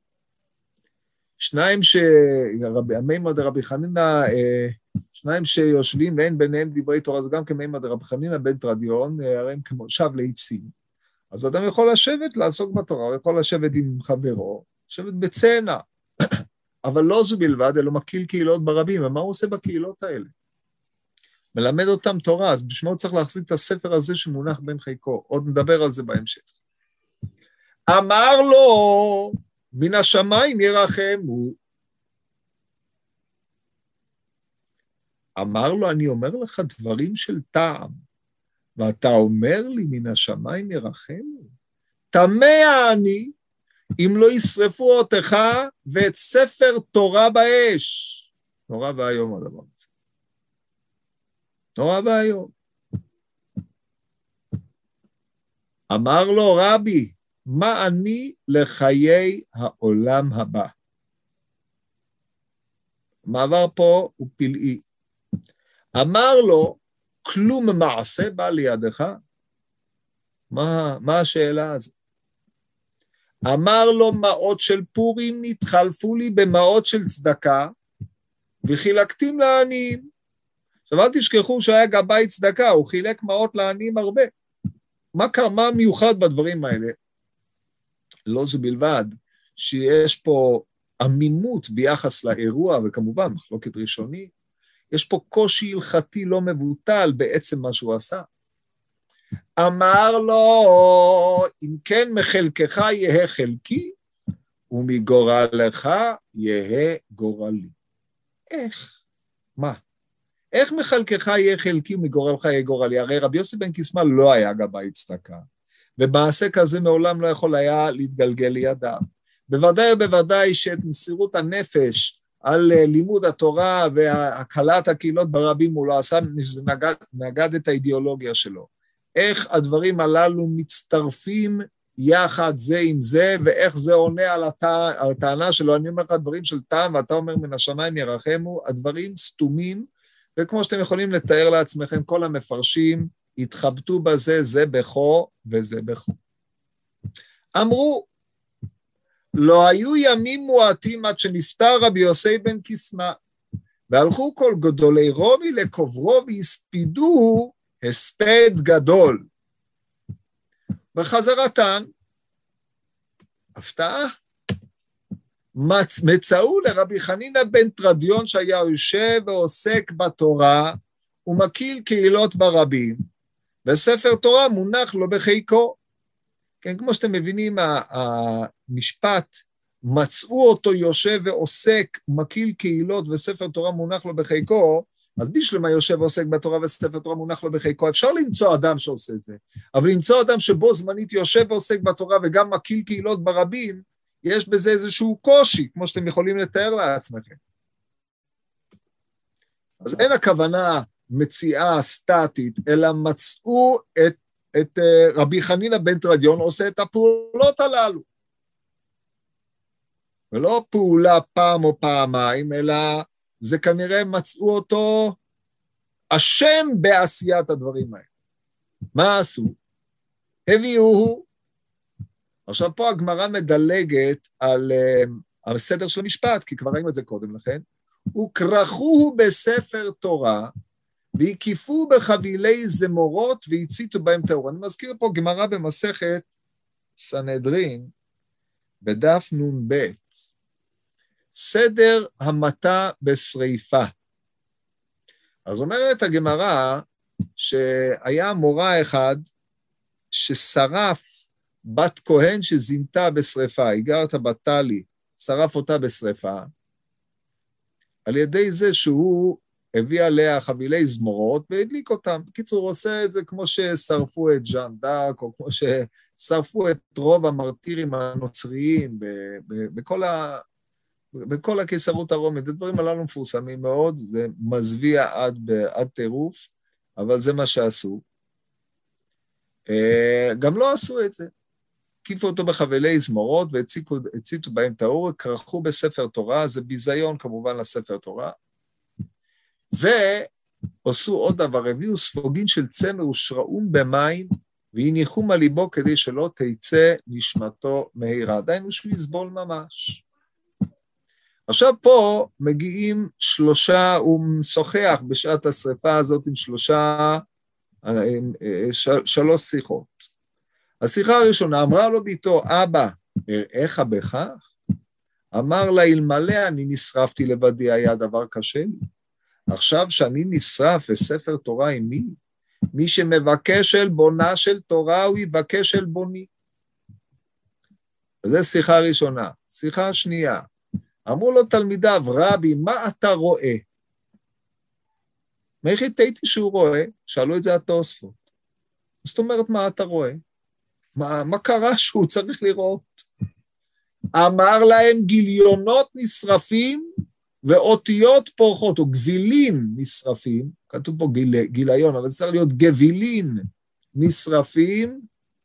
שניים שהמימא דרבי חנינא, שניים שיושבים ואין ביניהם דברי תורה, זה גם כמימא דרבי חנינא בן תרדיון, הרי הם כמו שב לעצים. אז אדם יכול לשבת לעסוק בתורה, הוא יכול לשבת עם חברו, לשבת בצנע, אבל לא זו בלבד, אלא מקיל קהילות ברבים, ומה הוא עושה בקהילות האלה? מלמד אותם תורה, אז בשביל מה הוא צריך להחזיק את הספר הזה שמונח בין חיקו, עוד נדבר על זה בהמשך. אמר לו, מן השמיים ירחמו. אמר לו, אני אומר לך דברים של טעם, ואתה אומר לי, מן השמיים ירחמו. תמה אני, אם לא ישרפו אותך, ואת ספר תורה באש. נורא והיום הדבר הזה. נורא והיום. אמר לו, רבי, מה אני לחיי העולם הבא? המעבר פה הוא פלאי. אמר לו, כלום מעשה בא לידך? מה, מה השאלה הזאת? אמר לו, מעות של פורים נתחלפו לי במעות של צדקה, וחילקתים לעניים. עכשיו אל תשכחו שהיה גבאי צדקה, הוא חילק מעות לעניים הרבה. מה קרה מיוחד בדברים האלה? לא זה בלבד, שיש פה עמימות ביחס לאירוע, וכמובן מחלוקת ראשוני, יש פה קושי הלכתי לא מבוטל בעצם מה שהוא עשה. אמר לו, אם כן מחלקך יהא חלקי, ומגורלך יהא גורלי. איך? מה? איך מחלקך יהיה חלקי ומגורלך יהיה גורלי? הרי רבי יוסי בן קיסמא לא היה גבאי צדקה, ובמעשה כזה מעולם לא יכול היה להתגלגל לידיו. בוודאי ובוודאי שאת מסירות הנפש על לימוד התורה והקהלת הקהילות ברבים הוא לא עשה, זה נגד, נגד את האידיאולוגיה שלו. איך הדברים הללו מצטרפים יחד זה עם זה, ואיך זה עונה על, הטע, על הטענה שלו. אני אומר לך דברים של טעם, ואתה אומר מן השמיים ירחמו, הדברים סתומים, וכמו שאתם יכולים לתאר לעצמכם, כל המפרשים התחבטו בזה, זה בכו וזה בכו. אמרו, לא היו ימים מועטים עד שנפטר רבי יוסי בן קיסמא, והלכו כל גדולי רובי לקוברו והספידו הספד גדול. בחזרתן, הפתעה, מצאו לרבי חנינא בן תרדיון שהיה יושב ועוסק בתורה, ומקיל קהילות ברבים, וספר תורה מונח לו בחיקו. כן, כמו שאתם מבינים, המשפט, מצאו אותו יושב ועוסק, מקיל קהילות, וספר תורה מונח לו בחיקו, אז בשלמה יושב ועוסק בתורה וספר תורה מונח לו בחיקו, אפשר למצוא אדם שעושה את זה, אבל למצוא אדם שבו זמנית יושב ועוסק בתורה, וגם מקיל קהילות ברבים, יש בזה איזשהו קושי, כמו שאתם יכולים לתאר לעצמכם. אז אין הכוונה מציאה סטטית, אלא מצאו את, את uh, רבי חנינא בן תרדיון עושה את הפעולות הללו. ולא פעולה פעם או פעמיים, אלא זה כנראה מצאו אותו אשם בעשיית הדברים האלה. מה עשו? הביאוהו. עכשיו פה הגמרא מדלגת על, uh, על סדר של המשפט, כי כבר ראינו את זה קודם לכן, וקרחוהו בספר תורה, והקיפו בחבילי זמורות, והציתו בהם טהור. אני מזכיר פה גמרא במסכת סנהדרין, בדף נ"ב, סדר המתה בשריפה. אז אומרת הגמרא, שהיה מורה אחד, ששרף בת כהן שזינתה בשריפה, הגרת בתלי, שרף אותה בשריפה, על ידי זה שהוא הביא עליה חבילי זמורות והדליק אותם. בקיצור, הוא עושה את זה כמו ששרפו את ז'אן דארק, או כמו ששרפו את רוב המרטירים הנוצריים בכל, ה... בכל הקיסרות הרומית. הדברים הללו מפורסמים מאוד, זה מזוויע עד, עד טירוף, אבל זה מה שעשו. גם לא עשו את זה. הקיפו אותו בחבילי זמורות והציתו בהם טהור, קרחו בספר תורה, זה ביזיון כמובן לספר תורה, ועשו עוד דבר, הביאו ספוגין של צמר ושראום במים, והניחום על ליבו כדי שלא תצא נשמתו מהירה, עדיין הוא שהוא יסבול ממש. עכשיו פה מגיעים שלושה, הוא משוחח בשעת השריפה הזאת עם שלושה, עם שלוש שיחות. השיחה הראשונה אמרה לו ביתו, אבא, אראך בכך? אמר לה, אלמלא אני נשרפתי לבדי, היה דבר קשה לי. עכשיו שאני נשרף וספר תורה עם מי? מי שמבקש אל בונה של תורה, הוא יבקש אל בוני. זו שיחה ראשונה. שיחה שנייה. אמרו לו תלמידיו, רבי, מה אתה רואה? מאיך התהיתי שהוא רואה? שאלו את זה התוספות. זאת אומרת, מה אתה רואה? מה, מה קרה שהוא צריך לראות? אמר להם, גיליונות נשרפים ואותיות פורחות, או גבילין נשרפים, כתוב פה גיל, גיליון, אבל זה צריך להיות גבילין נשרפים,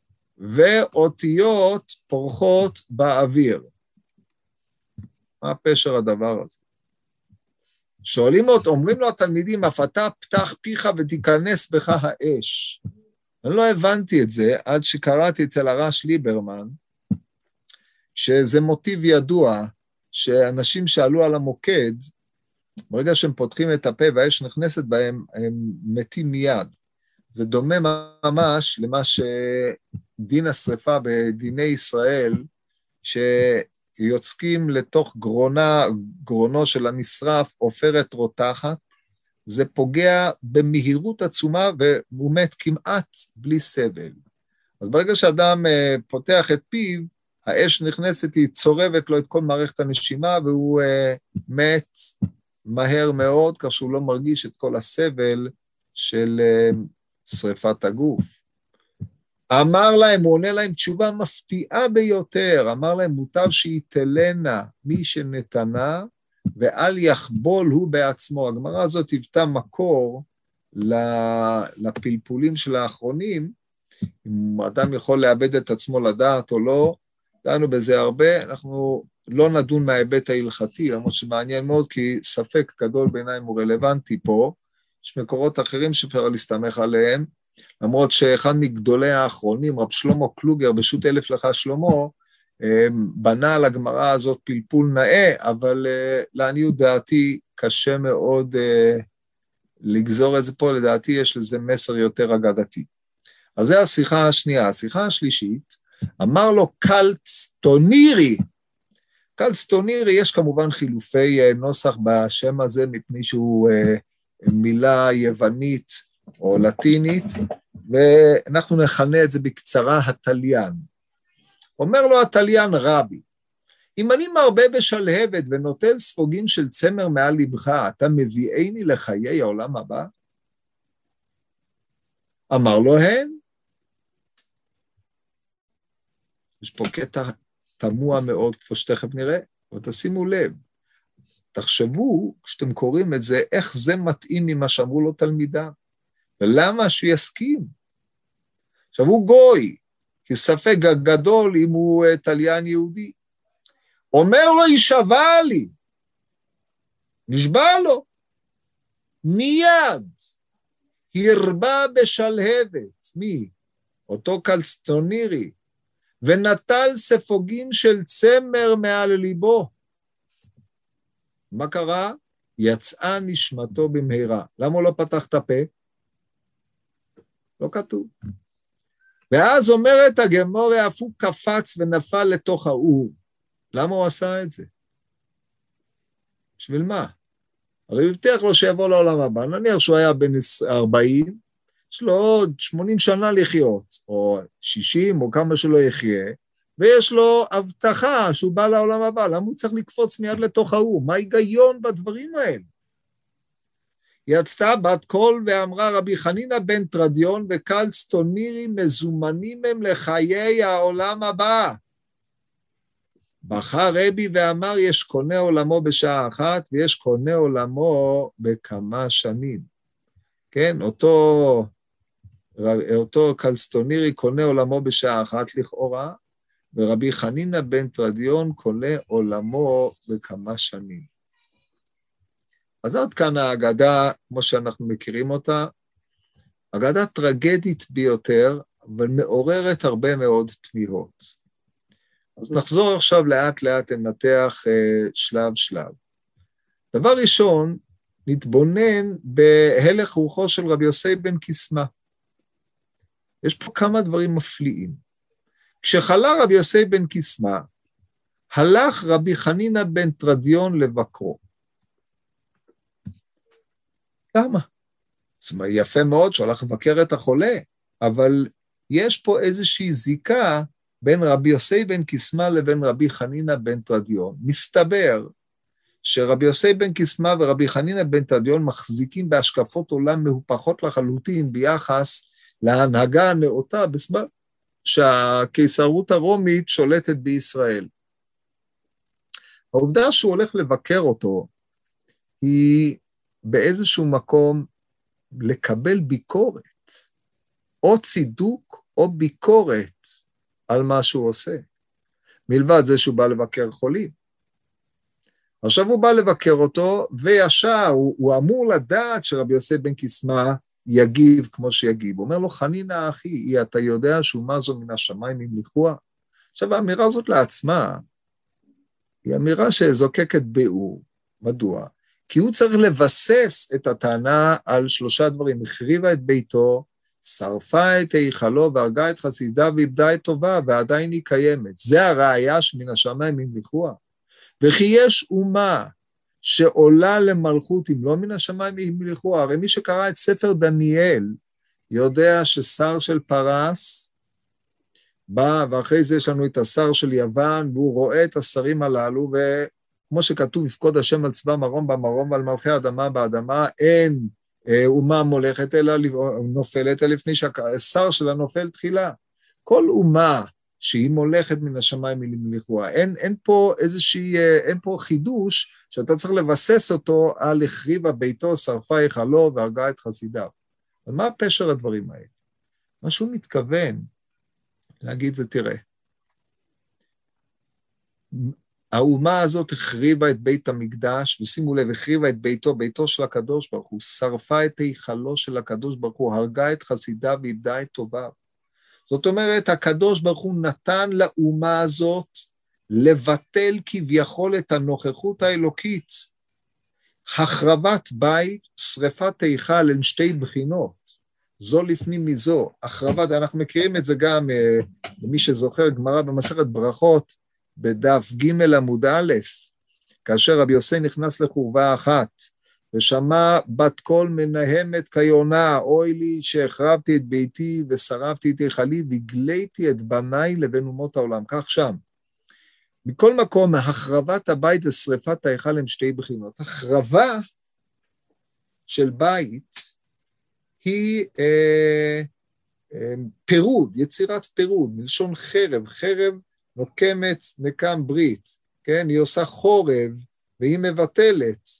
ואותיות פורחות באוויר. מה פשר הדבר הזה? שואלים אותו, אומרים לו התלמידים, אף אתה פתח פיך ותיכנס בך האש. אני לא הבנתי את זה, עד שקראתי אצל הרש ליברמן, שזה מוטיב ידוע, שאנשים שעלו על המוקד, ברגע שהם פותחים את הפה והאש נכנסת בהם, הם מתים מיד. זה דומה ממש למה שדין השריפה בדיני ישראל, שיוצקים לתוך גרונה, גרונו של הנשרף, עופרת רותחת, זה פוגע במהירות עצומה, והוא מת כמעט בלי סבל. אז ברגע שאדם פותח את פיו, האש נכנסת, היא צורבת לו את כל מערכת הנשימה, והוא uh, מת מהר מאוד, כך שהוא לא מרגיש את כל הסבל של uh, שריפת הגוף. אמר להם, הוא עונה להם תשובה מפתיעה ביותר, אמר להם, מוטב שהיא תלנה מי שנתנה, ואל יחבול הוא בעצמו. הגמרא הזאת היוותה מקור לפלפולים של האחרונים, אם אדם יכול לאבד את עצמו לדעת או לא, דנו בזה הרבה, אנחנו לא נדון מההיבט ההלכתי, למרות שמעניין מאוד, כי ספק גדול בעיניים הוא רלוונטי פה, יש מקורות אחרים שאפשר להסתמך עליהם, למרות שאחד מגדולי האחרונים, רב שלמה קלוגר, בשו"ת אלף לך שלמה, בנה על הגמרא הזאת פלפול נאה, אבל לעניות דעתי קשה מאוד לגזור את זה פה, לדעתי יש לזה מסר יותר אגדתי. אז זו השיחה השנייה. השיחה השלישית, אמר לו קלץ טונירי, קלסטונירי, יש כמובן חילופי נוסח בשם הזה, מפני שהוא מילה יוונית או לטינית, ואנחנו נכנה את זה בקצרה התליין. אומר לו התליין רבי, אם אני מרבה בשלהבת ונוטל ספוגים של צמר מעל לבך, אתה מביאני לחיי העולם הבא? אמר לו הן. יש פה קטע תמוה מאוד, כפי שתכף נראה, אבל תשימו לב, תחשבו, כשאתם קוראים את זה, איך זה מתאים ממה שאמרו לו תלמידה, ולמה שהוא יסכים. עכשיו הוא גוי, כי ספק גדול אם הוא תליין יהודי. אומר לו, יישבע לי, נשבע לו, מיד, הרבה בשלהבת, מי? אותו קלסטונירי, ונטל ספוגים של צמר מעל ליבו. מה קרה? יצאה נשמתו במהרה. למה הוא לא פתח את הפה? לא כתוב. ואז אומרת הגמורה, אף הוא קפץ ונפל לתוך האור. למה הוא עשה את זה? בשביל מה? הרי הוא הבטיח לו שיבוא לעולם הבא, נניח שהוא היה בן ארבעים, יש לו עוד שמונים שנה לחיות, או שישים, או כמה שלא יחיה, ויש לו הבטחה שהוא בא לעולם הבא, למה הוא צריך לקפוץ מיד לתוך האור? מה ההיגיון בדברים האלה? יצאה בת קול ואמרה, רבי חנינא בן תרדיון וקלסטונירי מזומנים הם לחיי העולם הבא. בכה רבי ואמר, יש קונה עולמו בשעה אחת, ויש קונה עולמו בכמה שנים. כן, אותו, אותו קלסטונירי קונה עולמו בשעה אחת לכאורה, ורבי חנינא בן תרדיון קונה עולמו בכמה שנים. אז עד כאן האגדה, כמו שאנחנו מכירים אותה, אגדה טרגדית ביותר, אבל מעוררת הרבה מאוד תמיהות. אז נחזור עכשיו לאט לאט לנתח uh, שלב שלב. דבר ראשון, נתבונן בהלך רוחו של רבי יוסי בן קיסמא. יש פה כמה דברים מפליאים. כשחלה רבי יוסי בן קיסמא, הלך רבי חנינא בן תרדיון לבקרו. למה? זאת אומרת, יפה מאוד שהולך לבקר את החולה, אבל יש פה איזושהי זיקה בין רבי יוסי בן קיסמא לבין רבי חנינא בן תרדיון. מסתבר שרבי יוסי בן קיסמא ורבי חנינא בן תרדיון מחזיקים בהשקפות עולם מהופכות לחלוטין ביחס להנהגה הנאותה בזמן שהקיסרות הרומית שולטת בישראל. העובדה שהוא הולך לבקר אותו היא באיזשהו מקום לקבל ביקורת, או צידוק או ביקורת על מה שהוא עושה. מלבד זה שהוא בא לבקר חולים. עכשיו הוא בא לבקר אותו, וישר הוא, הוא אמור לדעת שרבי יוסי בן קיסמא יגיב כמו שיגיב. הוא אומר לו, חנינא אחי, אתה יודע שאומה זו מן השמיים המליכוה? עכשיו האמירה הזאת לעצמה, היא אמירה שזוקקת ביאור. מדוע? כי הוא צריך לבסס את הטענה על שלושה דברים. החריבה את ביתו, שרפה את היכלו והרגה את חסידה ואיבדה את טובה, ועדיין היא קיימת. זה הראיה שמן השמיים המליכוה. וכי יש אומה שעולה למלכות אם לא מן השמיים המליכוה. הרי מי שקרא את ספר דניאל יודע ששר של פרס בא, ואחרי זה יש לנו את השר של יוון, והוא רואה את השרים הללו, וכמו שכתוב, יפקוד השם על צבא מרום במרום ועל מלכי אדמה באדמה, אין אומה מולכת אלא נופלת, אלא לפני שהשר שלה נופל תחילה. כל אומה שהיא מולכת מן השמיים המליכוה, אין, אין פה איזושהי, אין פה חידוש שאתה צריך לבסס אותו על החריבה ביתו, שרפה היכלו והרגה את חסידיו. ומה פשר הדברים האלה? מה שהוא מתכוון להגיד זה, תראה, האומה הזאת החריבה את בית המקדש, ושימו לב, החריבה את ביתו, ביתו של הקדוש ברוך הוא, שרפה את היכלו של הקדוש ברוך הוא, הרגה את חסידיו ואיבדה את טוביו. זאת אומרת, הקדוש ברוך הוא נתן לאומה הזאת לבטל כביכול את הנוכחות האלוקית. החרבת בית, שריפת היכל, הן שתי בחינות. זו לפנים מזו. החרבת, אנחנו מכירים את זה גם, למי שזוכר, גמרא במסכת ברכות, בדף ג' עמוד א', כאשר רבי יוסי נכנס לחורבה אחת, ושמע בת קול מנהמת כיונה, אוי לי שהחרבתי את ביתי ושרפתי את היכלי, והגליתי את בניי לבין אומות העולם, כך שם. מכל מקום, החרבת הבית ושריפת ההיכל הם שתי בחינות. החרבה של בית היא אה, אה, פירוד, יצירת פירוד, מלשון חרב, חרב נוקמת נקם ברית, כן? היא עושה חורב והיא מבטלת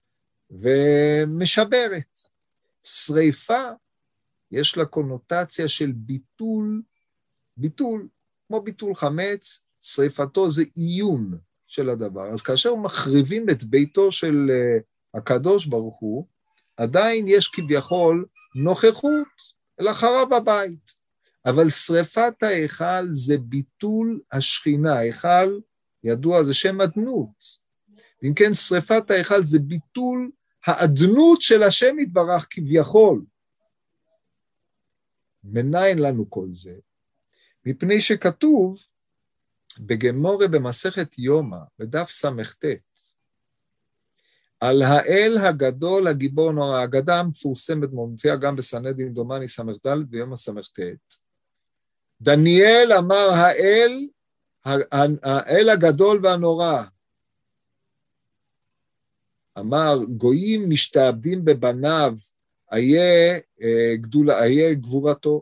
ומשברת. שריפה יש לה קונוטציה של ביטול, ביטול, כמו ביטול חמץ, שריפתו זה עיון של הדבר. אז כאשר מחריבים את ביתו של uh, הקדוש ברוך הוא, עדיין יש כביכול נוכחות אל החרב הבית. אבל שריפת ההיכל זה ביטול השכינה. ההיכל ידוע זה שם אדנות. אם כן, שריפת ההיכל זה ביטול האדנות של השם יתברך כביכול. מניין לנו כל זה? מפני שכתוב בגמורה במסכת יומא, בדף ס"ט, על האל הגדול הגיבור נורא, האגדה המפורסמת, מופיעה גם בסנהדרין דומני ס"ד ויומא ס"ט. דניאל אמר האל, האל הגדול והנורא, אמר גויים משתעבדים בבניו, איה גדולה, איה גבורתו.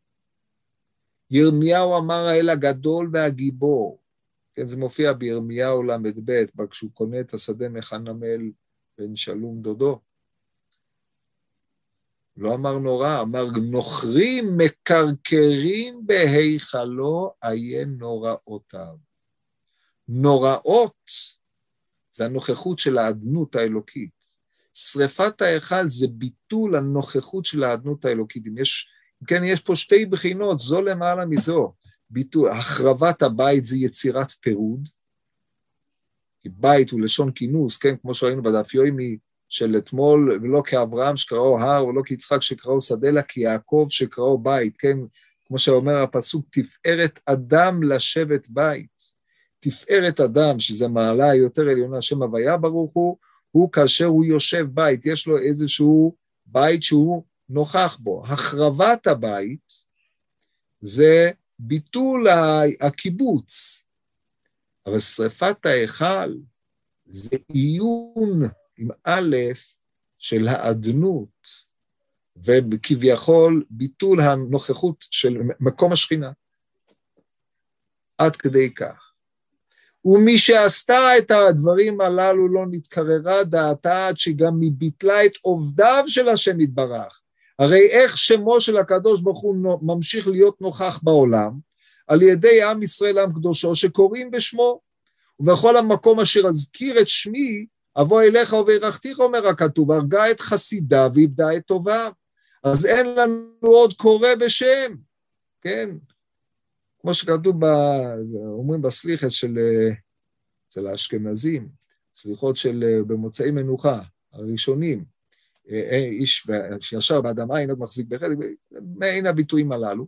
ירמיהו אמר האל הגדול והגיבור, כן, זה מופיע בירמיהו למד ב' כשהוא קונה את השדה מחנמל בן שלום דודו. לא אמר נורא, אמר נוכרים מקרקרים בהיכלו, איה נוראותיו. נוראות זה הנוכחות של האדנות האלוקית. שריפת ההיכל זה ביטול הנוכחות של האדנות האלוקית. אם יש, כן, יש פה שתי בחינות, זו למעלה מזו. ביטול, החרבת הבית זה יצירת פירוד, כי בית הוא לשון כינוס, כן, כמו שראינו בדף יומי של אתמול, ולא כאברהם שקראו הר, ולא כיצחק שקראו שדה, אלא כיעקב שקראו בית, כן, כמו שאומר הפסוק, תפארת אדם לשבת בית. תפארת אדם, שזה מעלה יותר עליונה, שם הוויה ברוך הוא, הוא כאשר הוא יושב בית, יש לו איזשהו בית שהוא נוכח בו. החרבת הבית זה ביטול הקיבוץ, אבל שריפת ההיכל זה עיון עם א' של האדנות, וכביכול ביטול הנוכחות של מקום השכינה. עד כדי כך. ומי שעשתה את הדברים הללו לא נתקררה דעתה עד שגם היא ביטלה את עובדיו של השם יתברך. הרי איך שמו של הקדוש ברוך הוא ממשיך להיות נוכח בעולם, על ידי עם ישראל עם קדושו שקוראים בשמו, ובכל המקום אשר אזכיר את שמי, אבוא אליך וברכתיך, אומר הכתוב, הרגה את חסידה ואיבדה את טובה. אז אין לנו עוד קורא בשם, כן? כמו שכתוב, ב, אומרים בסליחס של, אצל האשכנזים, סליחות של במוצאי מנוחה, הראשונים, איש שישר באדמה אין עוד מחזיק בחד, אין הביטויים הללו.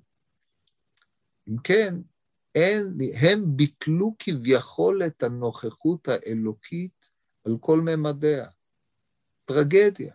אם כן, אין, הם ביטלו כביכול את הנוכחות האלוקית על כל ממדיה. טרגדיה.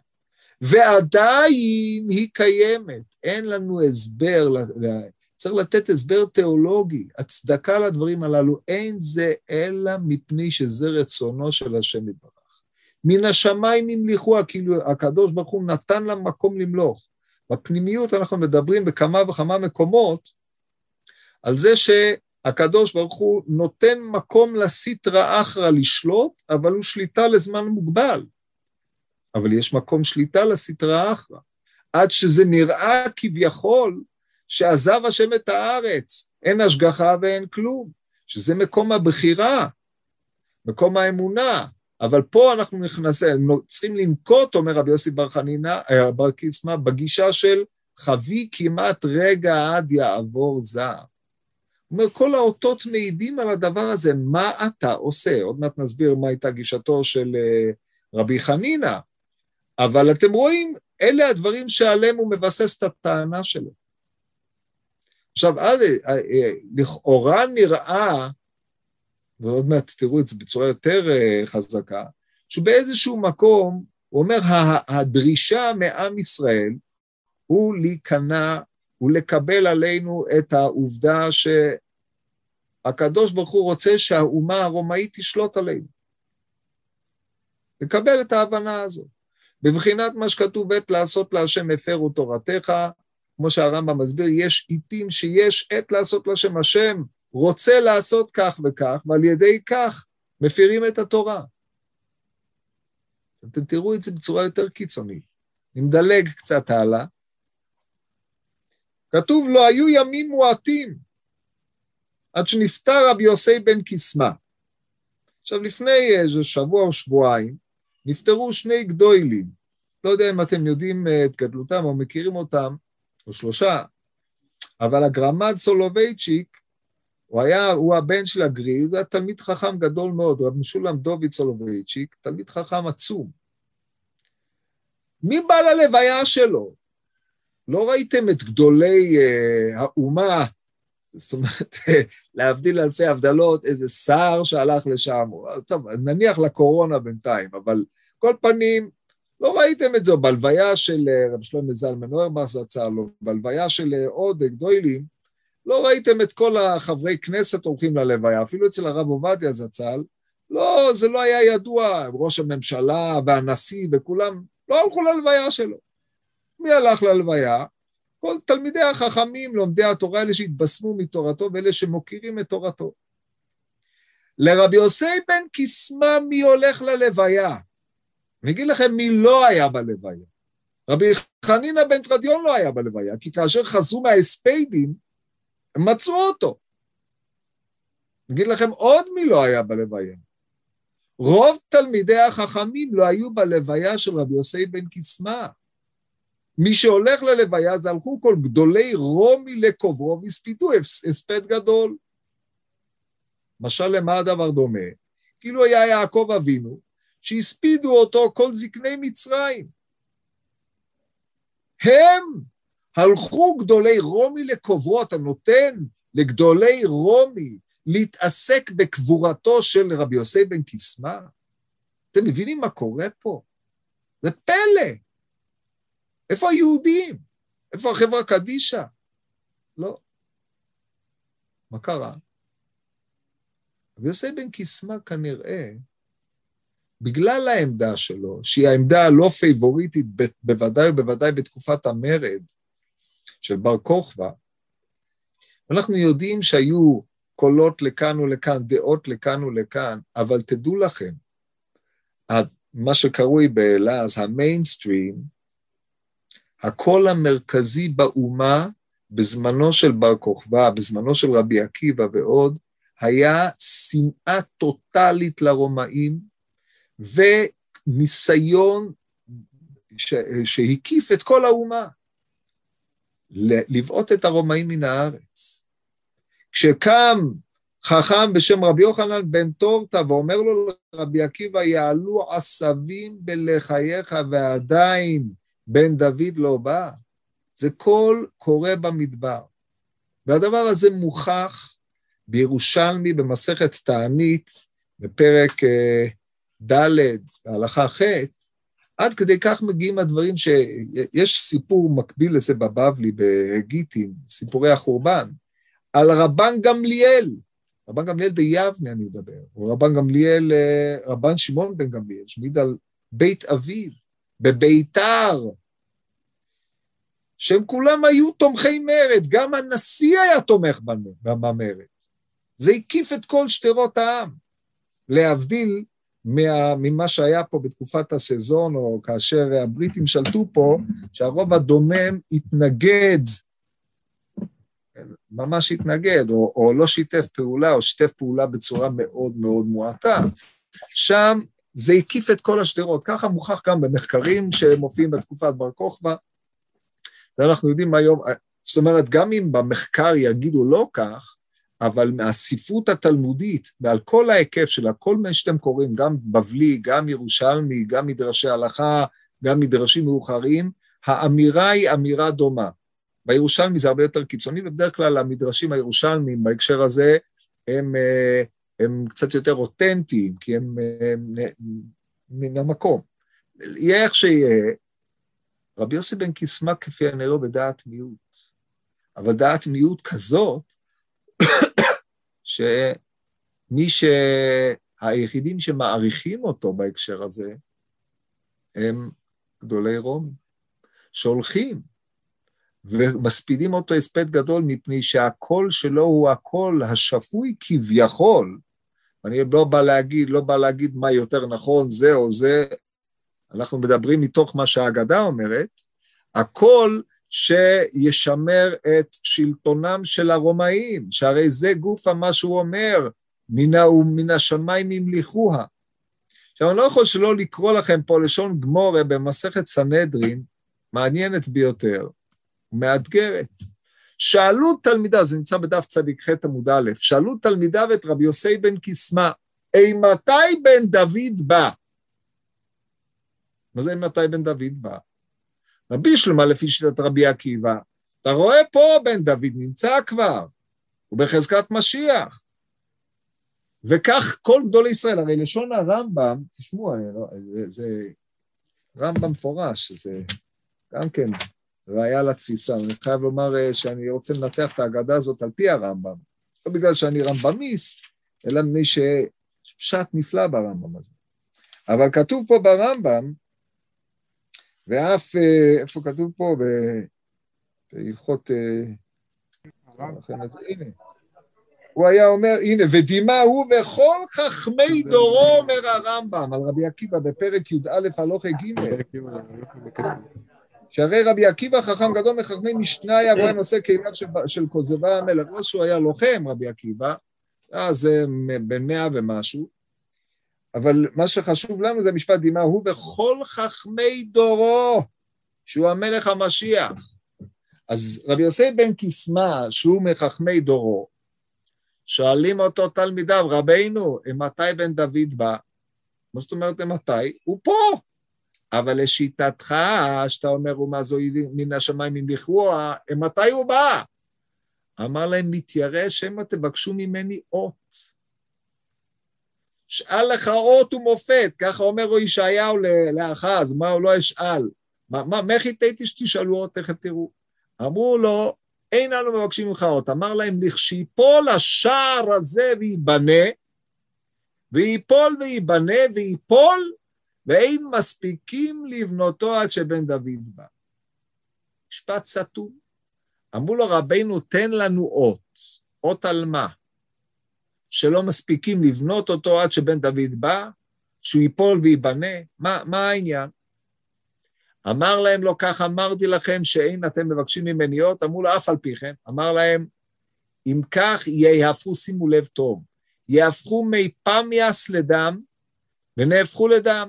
ועדיין היא קיימת. אין לנו הסבר, צריך לתת הסבר תיאולוגי, הצדקה לדברים הללו, אין זה אלא מפני שזה רצונו של השם יתברך. מן השמיים ימליכוה, כאילו הקדוש ברוך הוא נתן לה מקום למלוך. בפנימיות אנחנו מדברים בכמה וכמה מקומות, על זה שהקדוש ברוך הוא נותן מקום לסטרא אחרא לשלוט, אבל הוא שליטה לזמן מוגבל. אבל יש מקום שליטה לסטרא אחרא, עד שזה נראה כביכול שעזב השם את הארץ, אין השגחה ואין כלום, שזה מקום הבחירה, מקום האמונה, אבל פה אנחנו נכנסים, צריכים לנקוט, אומר רבי יוסי בר חנינא, בר קיסמא, בגישה של חבי כמעט רגע עד יעבור זעם. הוא אומר, כל האותות מעידים על הדבר הזה, מה אתה עושה? עוד מעט נסביר מה הייתה גישתו של רבי חנינא, אבל אתם רואים, אלה הדברים שעליהם הוא מבסס את הטענה שלו. עכשיו, לכאורה נראה ועוד מעט תראו את זה בצורה יותר חזקה, שבאיזשהו מקום, הוא אומר, הדרישה מעם ישראל, הוא להיכנע, הוא לקבל עלינו את העובדה שהקדוש ברוך הוא רוצה שהאומה הרומאית תשלוט עלינו. לקבל את ההבנה הזו. בבחינת מה שכתוב, עת לעשות להשם הפרו תורתך, כמו שהרמב"ם מסביר, יש עיתים שיש עת לעשות להשם, השם רוצה לעשות כך וכך, ועל ידי כך מפירים את התורה. אתם תראו את זה בצורה יותר קיצונית. אני מדלג קצת הלאה. כתוב, לא היו ימים מועטים, עד שנפטר רבי יוסי בן קיסמא. עכשיו, לפני איזה שבוע או שבועיים, נפטרו שני גדולים. לא יודע אם אתם יודעים את גדלותם או מכירים אותם, או שלושה, אבל הגרמד סולובייצ'יק, הוא היה, הוא הבן של הגריד, הוא היה תלמיד חכם גדול מאוד, רב משולם דוד סולובייצ'יק, תלמיד חכם עצום. מי בא ללוויה שלו? לא ראיתם את גדולי uh, האומה, זאת אומרת, להבדיל אלפי הבדלות, איזה שר שהלך לשם, טוב, נניח לקורונה בינתיים, אבל כל פנים, לא ראיתם את זה, בלוויה של רב שלמה זלמן אוירבך זצ"ל, או בלוויה של עוד גדולים, לא ראיתם את כל החברי כנסת הולכים ללוויה, אפילו אצל הרב עובדיה זצ"ל, לא, זה לא היה ידוע, ראש הממשלה והנשיא וכולם, לא הלכו ללוויה שלו. מי הלך ללוויה? כל תלמידי החכמים, לומדי התורה, אלה שהתבשמו מתורתו, ואלה שמוכירים את תורתו. לרבי יוסי בן קיסמא מי הולך ללוויה? אני אגיד לכם מי לא היה בלוויה. רבי חנינא בן תרדיון לא היה בלוויה, כי כאשר חזרו מההספדים, הם מצאו אותו. אני אגיד לכם עוד מי לא היה בלוויה. רוב תלמידי החכמים לא היו בלוויה של רבי יוסי בן קיסמא. מי שהולך ללוויה, זה הלכו כל גדולי רומי לקוברו, והספידו הספד גדול. משל למה הדבר דומה? כאילו היה יעקב אבינו, שהספידו אותו כל זקני מצרים. הם הלכו גדולי רומי לקוברו, אתה נותן לגדולי רומי להתעסק בקבורתו של רבי יוסי בן קיסמא? אתם מבינים מה קורה פה? זה פלא. איפה היהודים? איפה החברה קדישא? לא. מה קרה? רבי יוסי בן קיסמא כנראה, בגלל העמדה שלו, שהיא העמדה הלא פייבוריטית, בוודאי ובוודאי בתקופת המרד של בר כוכבא, אנחנו יודעים שהיו קולות לכאן ולכאן, דעות לכאן ולכאן, אבל תדעו לכם, מה שקרוי בלעז, המיינסטרים, הקול המרכזי באומה, בזמנו של בר כוכבא, בזמנו של רבי עקיבא ועוד, היה שנאה טוטלית לרומאים, וניסיון שהקיף את כל האומה, לבעוט את הרומאים מן הארץ. כשקם חכם בשם רבי יוחנן בן טורטה, ואומר לו לרבי עקיבא, יעלו עשבים בלחייך, ועדיין בן דוד לא בא, זה כל קורה במדבר. והדבר הזה מוכח בירושלמי במסכת תענית, בפרק ד' בהלכה ח', עד כדי כך מגיעים הדברים שיש סיפור מקביל לזה בבבלי, בהגיטים, סיפורי החורבן, על רבן גמליאל, רבן גמליאל די יבנה אני מדבר, או רבן גמליאל, רבן שמעון בן גמליאל, שמעיד על בית אביו, בביתר, שהם כולם היו תומכי מרד, גם הנשיא היה תומך במרד, זה הקיף את כל שדרות העם, להבדיל מה, ממה שהיה פה בתקופת הסזון, או כאשר הבריטים שלטו פה, שהרוב הדומם התנגד, ממש התנגד, או, או לא שיתף פעולה, או שיתף פעולה בצורה מאוד מאוד מועטה, שם זה הקיף את כל השדרות, ככה מוכח גם במחקרים שמופיעים בתקופת בר כוכבא, ואנחנו יודעים היום, זאת אומרת, גם אם במחקר יגידו לא כך, אבל מהספרות התלמודית, ועל כל ההיקף שלה, כל מה שאתם קוראים, גם בבלי, גם ירושלמי, גם מדרשי הלכה, גם מדרשים מאוחרים, האמירה היא אמירה דומה. בירושלמי זה הרבה יותר קיצוני, ובדרך כלל המדרשים הירושלמיים בהקשר הזה, הם הם קצת יותר אותנטיים, כי הם, הם, הם מן המקום. יהיה איך שיהיה, רבי יוסי בן קיסמא כפי הנראה בדעת מיעוט, אבל דעת מיעוט כזאת, שמי שהיחידים שמעריכים אותו בהקשר הזה, הם גדולי רומי, שהולכים ומספידים אותו הספד גדול, מפני שהקול שלו הוא הקול השפוי כביכול, אני לא בא להגיד, לא בא להגיד מה יותר נכון, זה או זה, אנחנו מדברים מתוך מה שהאגדה אומרת, הקול שישמר את שלטונם של הרומאים, שהרי זה גופה מה שהוא אומר, מן השמיים ימליכוה. עכשיו אני לא יכול שלא לקרוא לכם פה לשון גמורה במסכת סנהדרין, מעניינת ביותר, מאתגרת. שאלו תלמידיו, זה נמצא בדף צדיק ח' עמוד א', שאלו תלמידיו את רבי יוסי בן קיסמא, אימתי בן דוד בא? מה זה אימתי בן דוד בא? רבי שלמה לפי שיטת רבי עקיבא, אתה רואה פה בן דוד נמצא כבר, הוא בחזקת משיח. וכך כל גדולי ישראל, הרי לשון הרמב"ם, תשמעו, לא, זה, זה רמב"ם מפורש, זה גם כן ראיה לתפיסה, אני חייב לומר שאני רוצה לנתח את ההגדה הזאת על פי הרמב"ם, לא בגלל שאני רמב"מיסט, אלא מפני שפשט נפלא ברמב"ם הזה. אבל כתוב פה ברמב"ם, ואף, איפה כתוב פה, בהלכות, הנה, הוא היה אומר, הנה, ודימה הוא וכל חכמי דורו, אומר הרמב"ם, על רבי עקיבא בפרק י"א הלכה ג', שהרי רבי עקיבא חכם גדול מחכמי משניה, והוא היה נושא כליו של כוזבא המלך, לא שהוא היה לוחם רבי עקיבא, אז בן מאה ומשהו, אבל מה שחשוב לנו זה משפט דימה, הוא וכל חכמי דורו, שהוא המלך המשיח. אז רבי יוסי בן קיסמא, שהוא מחכמי דורו, שואלים אותו תלמידיו, רבינו, מתי בן דוד בא? מה זאת אומרת מתי? הוא פה. אבל לשיטתך, שאתה אומר, ומה זו מן השמיים ימליכוה, מתי הוא בא? אמר להם, מתיירא שמא תבקשו ממני אות. שאל לך אות ומופת, ככה אומר הוא ישעיהו לאחז, מה הוא לא אשאל? מה, מה, מחיתיתי שתשאלו אות, תכף תראו. אמרו לו, אין לנו מבקשים ממך אות. אמר להם, לכשיפול השער הזה ויבנה, ויפול ויבנה ויפול, ואין מספיקים לבנותו עד שבן דוד בא. משפט סתום. אמרו לו, רבינו, תן לנו אות. אות על מה? שלא מספיקים לבנות אותו עד שבן דוד בא, שהוא ייפול ויבנה, מה, מה העניין? אמר להם לו, כך אמרתי לכם שאין אתם מבקשים ממני אות, אמרו לו, אף על פי כן, אמר להם, אם כך יהפכו, שימו לב טוב, יהפכו מי פמיאס לדם, ונהפכו לדם.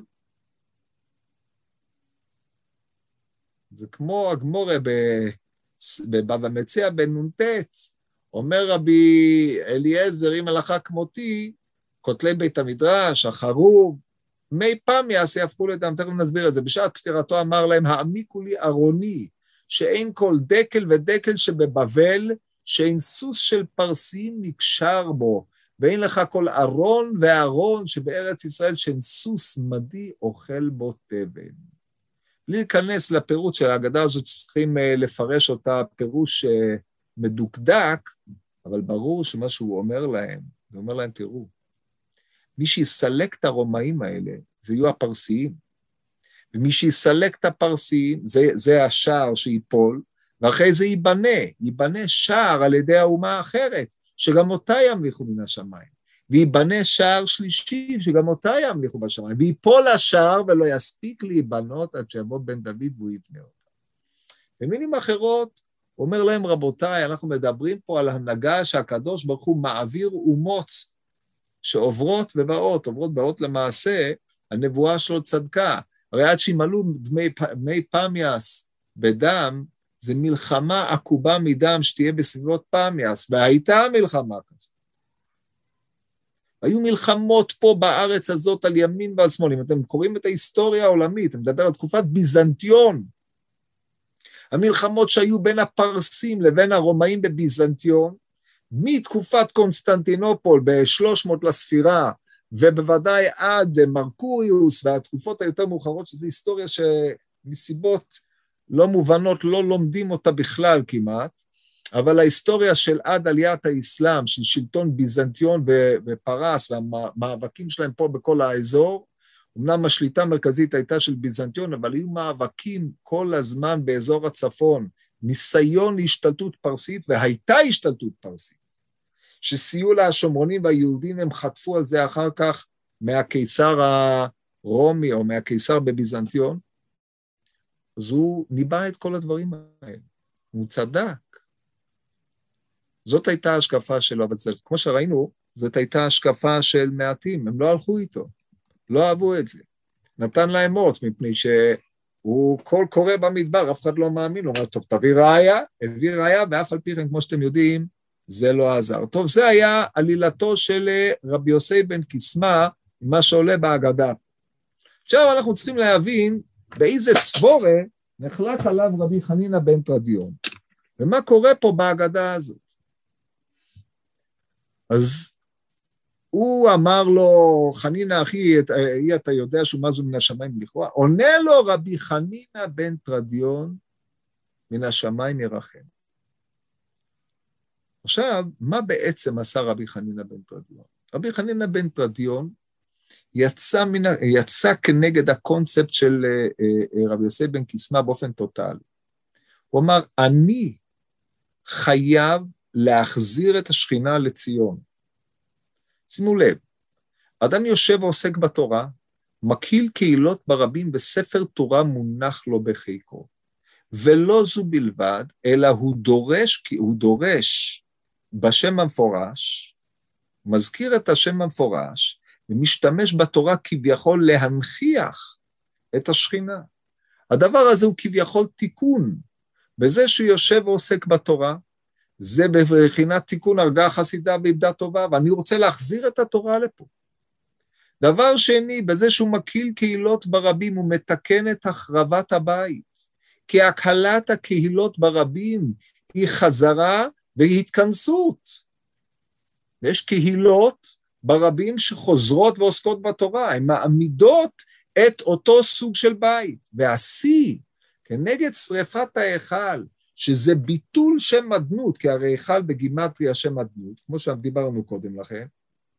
זה כמו הגמורה בבבא מציעא בנ"ט, אומר רבי אליעזר, אם הלכה כמותי, כותלי בית המדרש, החרוב, מי פעם יעשה יהפכו לדם, תכף נסביר את זה, בשעת פטירתו אמר להם, העמיקו לי ארוני, שאין כל דקל ודקל שבבבל, שאין סוס של פרסים נקשר בו, ואין לך כל ארון וארון שבארץ ישראל, שאין סוס מדי אוכל בו תבן. בלי להיכנס לפירוט של ההגדה הזאת, שצריכים לפרש אותה פירוש מדוקדק, אבל ברור שמה שהוא אומר להם, הוא אומר להם, תראו, מי שיסלק את הרומאים האלה, זה יהיו הפרסיים, ומי שיסלק את הפרסיים, זה, זה השער שיפול, ואחרי זה ייבנה, ייבנה שער על ידי האומה האחרת, שגם אותה ימליכו מן השמיים, וייבנה שער שלישי, שגם אותה ימליכו בשמיים, ויפול השער ולא יספיק להיבנות עד שיבוא בן דוד והוא יבנה אותה. במילים אחרות, הוא אומר להם, רבותיי, אנחנו מדברים פה על הנהגה שהקדוש ברוך הוא מעביר אומות שעוברות ובאות, עוברות באות למעשה, הנבואה שלו צדקה. הרי עד שימלאו דמי, דמי פמיאס בדם, זה מלחמה עקובה מדם שתהיה בסביבות פמיאס, והייתה מלחמה כזאת. היו מלחמות פה בארץ הזאת על ימין ועל שמאל. אם אתם קוראים את ההיסטוריה העולמית, אתם מדבר על תקופת ביזנטיון, המלחמות שהיו בין הפרסים לבין הרומאים בביזנטיון, מתקופת קונסטנטינופול ב-שלוש מאות לספירה, ובוודאי עד מרקוריוס והתקופות היותר מאוחרות, שזו היסטוריה שמסיבות לא מובנות, לא לומדים אותה בכלל כמעט, אבל ההיסטוריה של עד עליית האסלאם, של שלטון ביזנטיון בפרס, והמאבקים שלהם פה בכל האזור, אמנם השליטה המרכזית הייתה של ביזנטיון, אבל היו מאבקים כל הזמן באזור הצפון, ניסיון להשתלטות פרסית, והייתה השתלטות פרסית, שסייעו לה השומרונים והיהודים, הם חטפו על זה אחר כך מהקיסר הרומי, או מהקיסר בביזנטיון, אז הוא ניבא את כל הדברים האלה, הוא צדק. זאת הייתה ההשקפה שלו, אבל זה, כמו שראינו, זאת הייתה השקפה של מעטים, הם לא הלכו איתו, לא אהבו את זה. נתן להם מוץ, מפני שהוא כל קורא במדבר, אף אחד לא מאמין, הוא אומר, טוב, תביא ראיה, הביא ראיה, ואף על פי כן, כמו שאתם יודעים, זה לא עזר. טוב, זה היה עלילתו של רבי יוסי בן קיסמא, מה שעולה בהגדה. עכשיו אנחנו צריכים להבין, באיזה סבורה נחלק עליו רבי חנינא בן תרדיון, ומה קורה פה בהגדה הזאת. אז הוא אמר לו, חנינא אחי, אתה יודע שמה זו מן השמיים לכאורה? עונה לו רבי חנינא בן תרדיון, מן השמיים ירחם. עכשיו, מה בעצם עשה רבי חנינא בן תרדיון? רבי חנינא בן תרדיון יצא, מן, יצא כנגד הקונספט של רבי יוסי בן קיסמא באופן טוטלי. הוא אמר, אני חייב להחזיר את השכינה לציון. שימו לב, אדם יושב ועוסק בתורה, מקהיל קהילות ברבים בספר תורה מונח לו בחיקו, ולא זו בלבד, אלא הוא דורש, כי הוא דורש בשם המפורש, מזכיר את השם המפורש, ומשתמש בתורה כביכול להנכיח את השכינה. הדבר הזה הוא כביכול תיקון, בזה שהוא יושב ועוסק בתורה, זה בבחינת תיקון הרגה חסידה ואיבדה טובה, ואני רוצה להחזיר את התורה לפה. דבר שני, בזה שהוא מקהיל קהילות ברבים, הוא מתקן את החרבת הבית, כי הקהלת הקהילות ברבים היא חזרה והיא התכנסות. יש קהילות ברבים שחוזרות ועוסקות בתורה, הן מעמידות את אותו סוג של בית, והשיא, כנגד שריפת ההיכל, שזה ביטול שם אדנות, כי הרי היכל בגימטריה שם אדנות, כמו שדיברנו קודם לכן,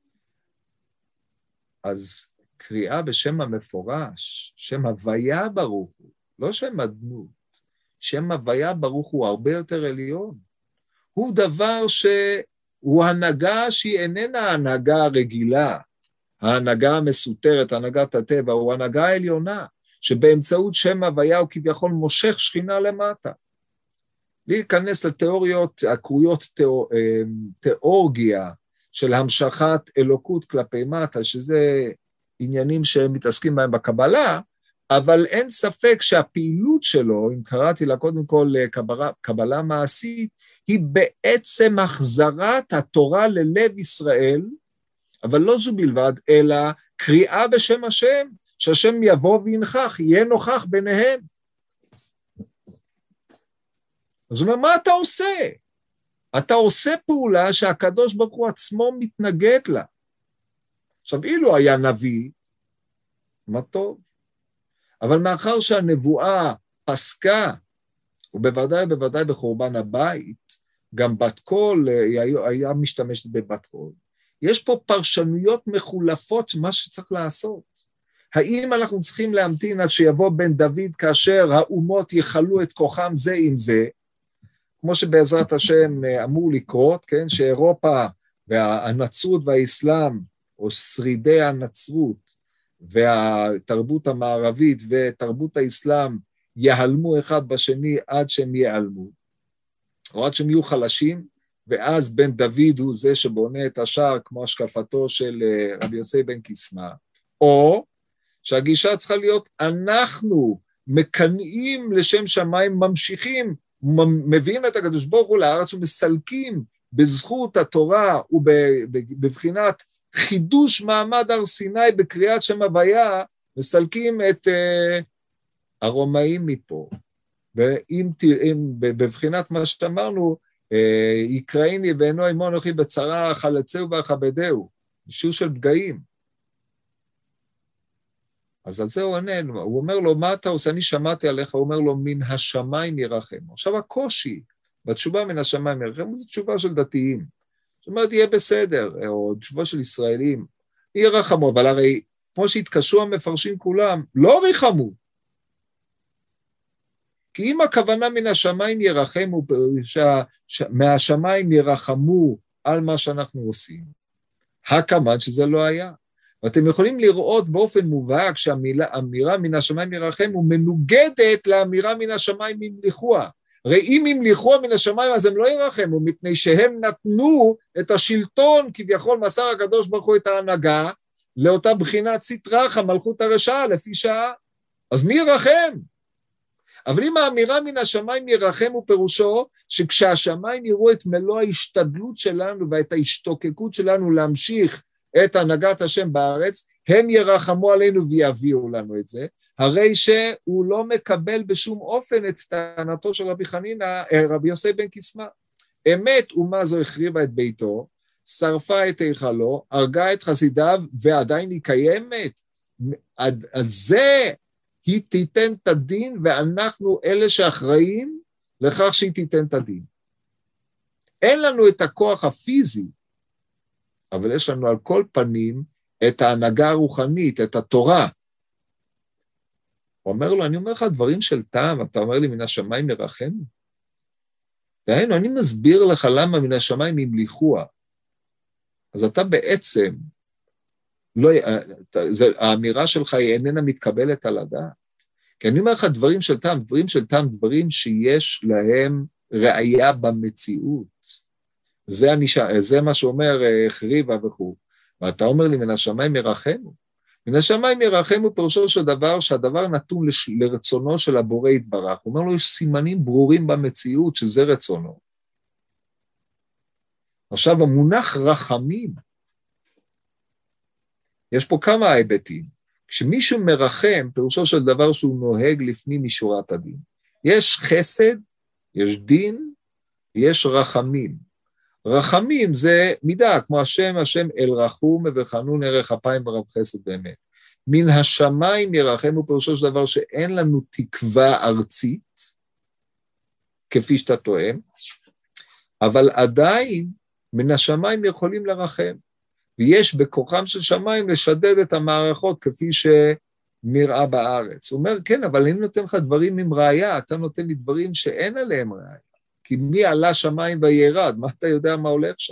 אז קריאה בשם המפורש, שם הוויה ברוך הוא, לא שם אדנות, שם הוויה ברוך הוא הרבה יותר עליון, הוא דבר שהוא הנהגה שהיא איננה ההנהגה הרגילה, ההנהגה המסותרת, הנהגת הטבע, הוא הנהגה העליונה, שבאמצעות שם הוויה הוא כביכול מושך שכינה למטה. להיכנס לתיאוריות הקרויות תיאור, תיאורגיה של המשכת אלוקות כלפי מטה, שזה עניינים שהם מתעסקים בהם בקבלה, אבל אין ספק שהפעילות שלו, אם קראתי לה קודם כל קבלה, קבלה מעשית, היא בעצם החזרת התורה ללב ישראל, אבל לא זו בלבד, אלא קריאה בשם השם, שהשם יבוא וינכח, יהיה נוכח ביניהם. אז הוא אומר, מה אתה עושה? אתה עושה פעולה שהקדוש ברוך הוא עצמו מתנגד לה. עכשיו, אילו היה נביא, מה טוב. אבל מאחר שהנבואה פסקה, ובוודאי בוודאי בחורבן הבית, גם בת קול היה, היה משתמשת בבת קול. יש פה פרשנויות מחולפות מה שצריך לעשות. האם אנחנו צריכים להמתין עד שיבוא בן דוד כאשר האומות יחלו את כוחם זה עם זה, כמו שבעזרת השם אמור לקרות, כן, שאירופה והנצרות והאסלאם, או שרידי הנצרות והתרבות המערבית ותרבות האסלאם יהלמו אחד בשני עד שהם ייעלמו, או עד שהם יהיו חלשים, ואז בן דוד הוא זה שבונה את השער כמו השקפתו של רבי יוסי בן קיסמא, או שהגישה צריכה להיות אנחנו מקנאים לשם שמיים, ממשיכים, מביאים את הקדוש ברוך הוא לארץ ומסלקים בזכות התורה ובבחינת חידוש מעמד הר סיני בקריאת שם הוויה, מסלקים את uh, הרומאים מפה. ואם בבחינת מה שאמרנו, יקראיני בעינו עמו אנוכי בצרה, חלצהו ואכבדהו, שיר של פגעים. אז על זה הוא עונה, הוא אומר לו, מה אתה עושה? אני שמעתי עליך, הוא אומר לו, מן השמיים ירחם. עכשיו הקושי, בתשובה מן השמיים ירחם, זו תשובה של דתיים. זאת אומרת, יהיה בסדר, או תשובה של ישראלים, יהיה רחמו, אבל הרי, כמו שהתקשו המפרשים כולם, לא רחמו. כי אם הכוונה מן השמיים ירחמו, מהשמיים ירחמו על מה שאנחנו עושים, הכמובן שזה לא היה. ואתם יכולים לראות באופן מובהק שהאמירה מן השמיים ירחמו מנוגדת לאמירה מן השמיים ימליכוה. הרי אם ימליכוה מן השמיים אז הם לא ירחמו, מפני שהם נתנו את השלטון, כביכול מסר הקדוש ברוך הוא את ההנהגה, לאותה בחינת סטרח, המלכות הרשעה, לפי שעה. אז מי ירחם? אבל אם האמירה מן השמיים ירחם הוא פירושו, שכשהשמיים יראו את מלוא ההשתדלות שלנו ואת ההשתוקקות שלנו להמשיך את הנהגת השם בארץ, הם ירחמו עלינו ויביאו לנו את זה, הרי שהוא לא מקבל בשום אופן את טענתו של רבי חנינא, רבי יוסי בן קיסמא. אמת אומה זו החריבה את ביתו, שרפה את היכלו, הרגה את חסידיו, ועדיין היא קיימת. על זה היא תיתן את הדין, ואנחנו אלה שאחראים לכך שהיא תיתן את הדין. אין לנו את הכוח הפיזי, אבל יש לנו על כל פנים את ההנהגה הרוחנית, את התורה. הוא אומר לו, אני אומר לך דברים של טעם, אתה אומר לי מן השמיים ירחמו. והיינו, אני מסביר לך למה מן השמיים ימליכוה. אז אתה בעצם, לא, זה, האמירה שלך היא איננה מתקבלת על הדעת. כי אני אומר לך דברים של טעם, דברים של טעם, דברים שיש להם ראייה במציאות. זה, אני, זה מה שאומר חריבה וכו'. ואתה אומר לי, מן השמיים ירחמו. מן השמיים ירחמו פירושו של דבר, שהדבר נתון לש, לרצונו של הבורא יתברך. הוא אומר לו, יש סימנים ברורים במציאות שזה רצונו. עכשיו, המונח רחמים, יש פה כמה היבטים. כשמישהו מרחם, פירושו של דבר שהוא נוהג לפנים משורת הדין. יש חסד, יש דין, יש רחמים. רחמים זה מידה, כמו השם, השם אל רחום וחנון ערך אפיים ברב חסד באמת. מן השמיים ירחמו פירושו של דבר שאין לנו תקווה ארצית, כפי שאתה טועם, אבל עדיין מן השמיים יכולים לרחם, ויש בכוחם של שמיים לשדד את המערכות כפי שנראה בארץ. הוא אומר, כן, אבל אני נותן לך דברים עם ראייה, אתה נותן לי דברים שאין עליהם ראייה. כי מי עלה שמיים וירד, מה אתה יודע מה הולך שם?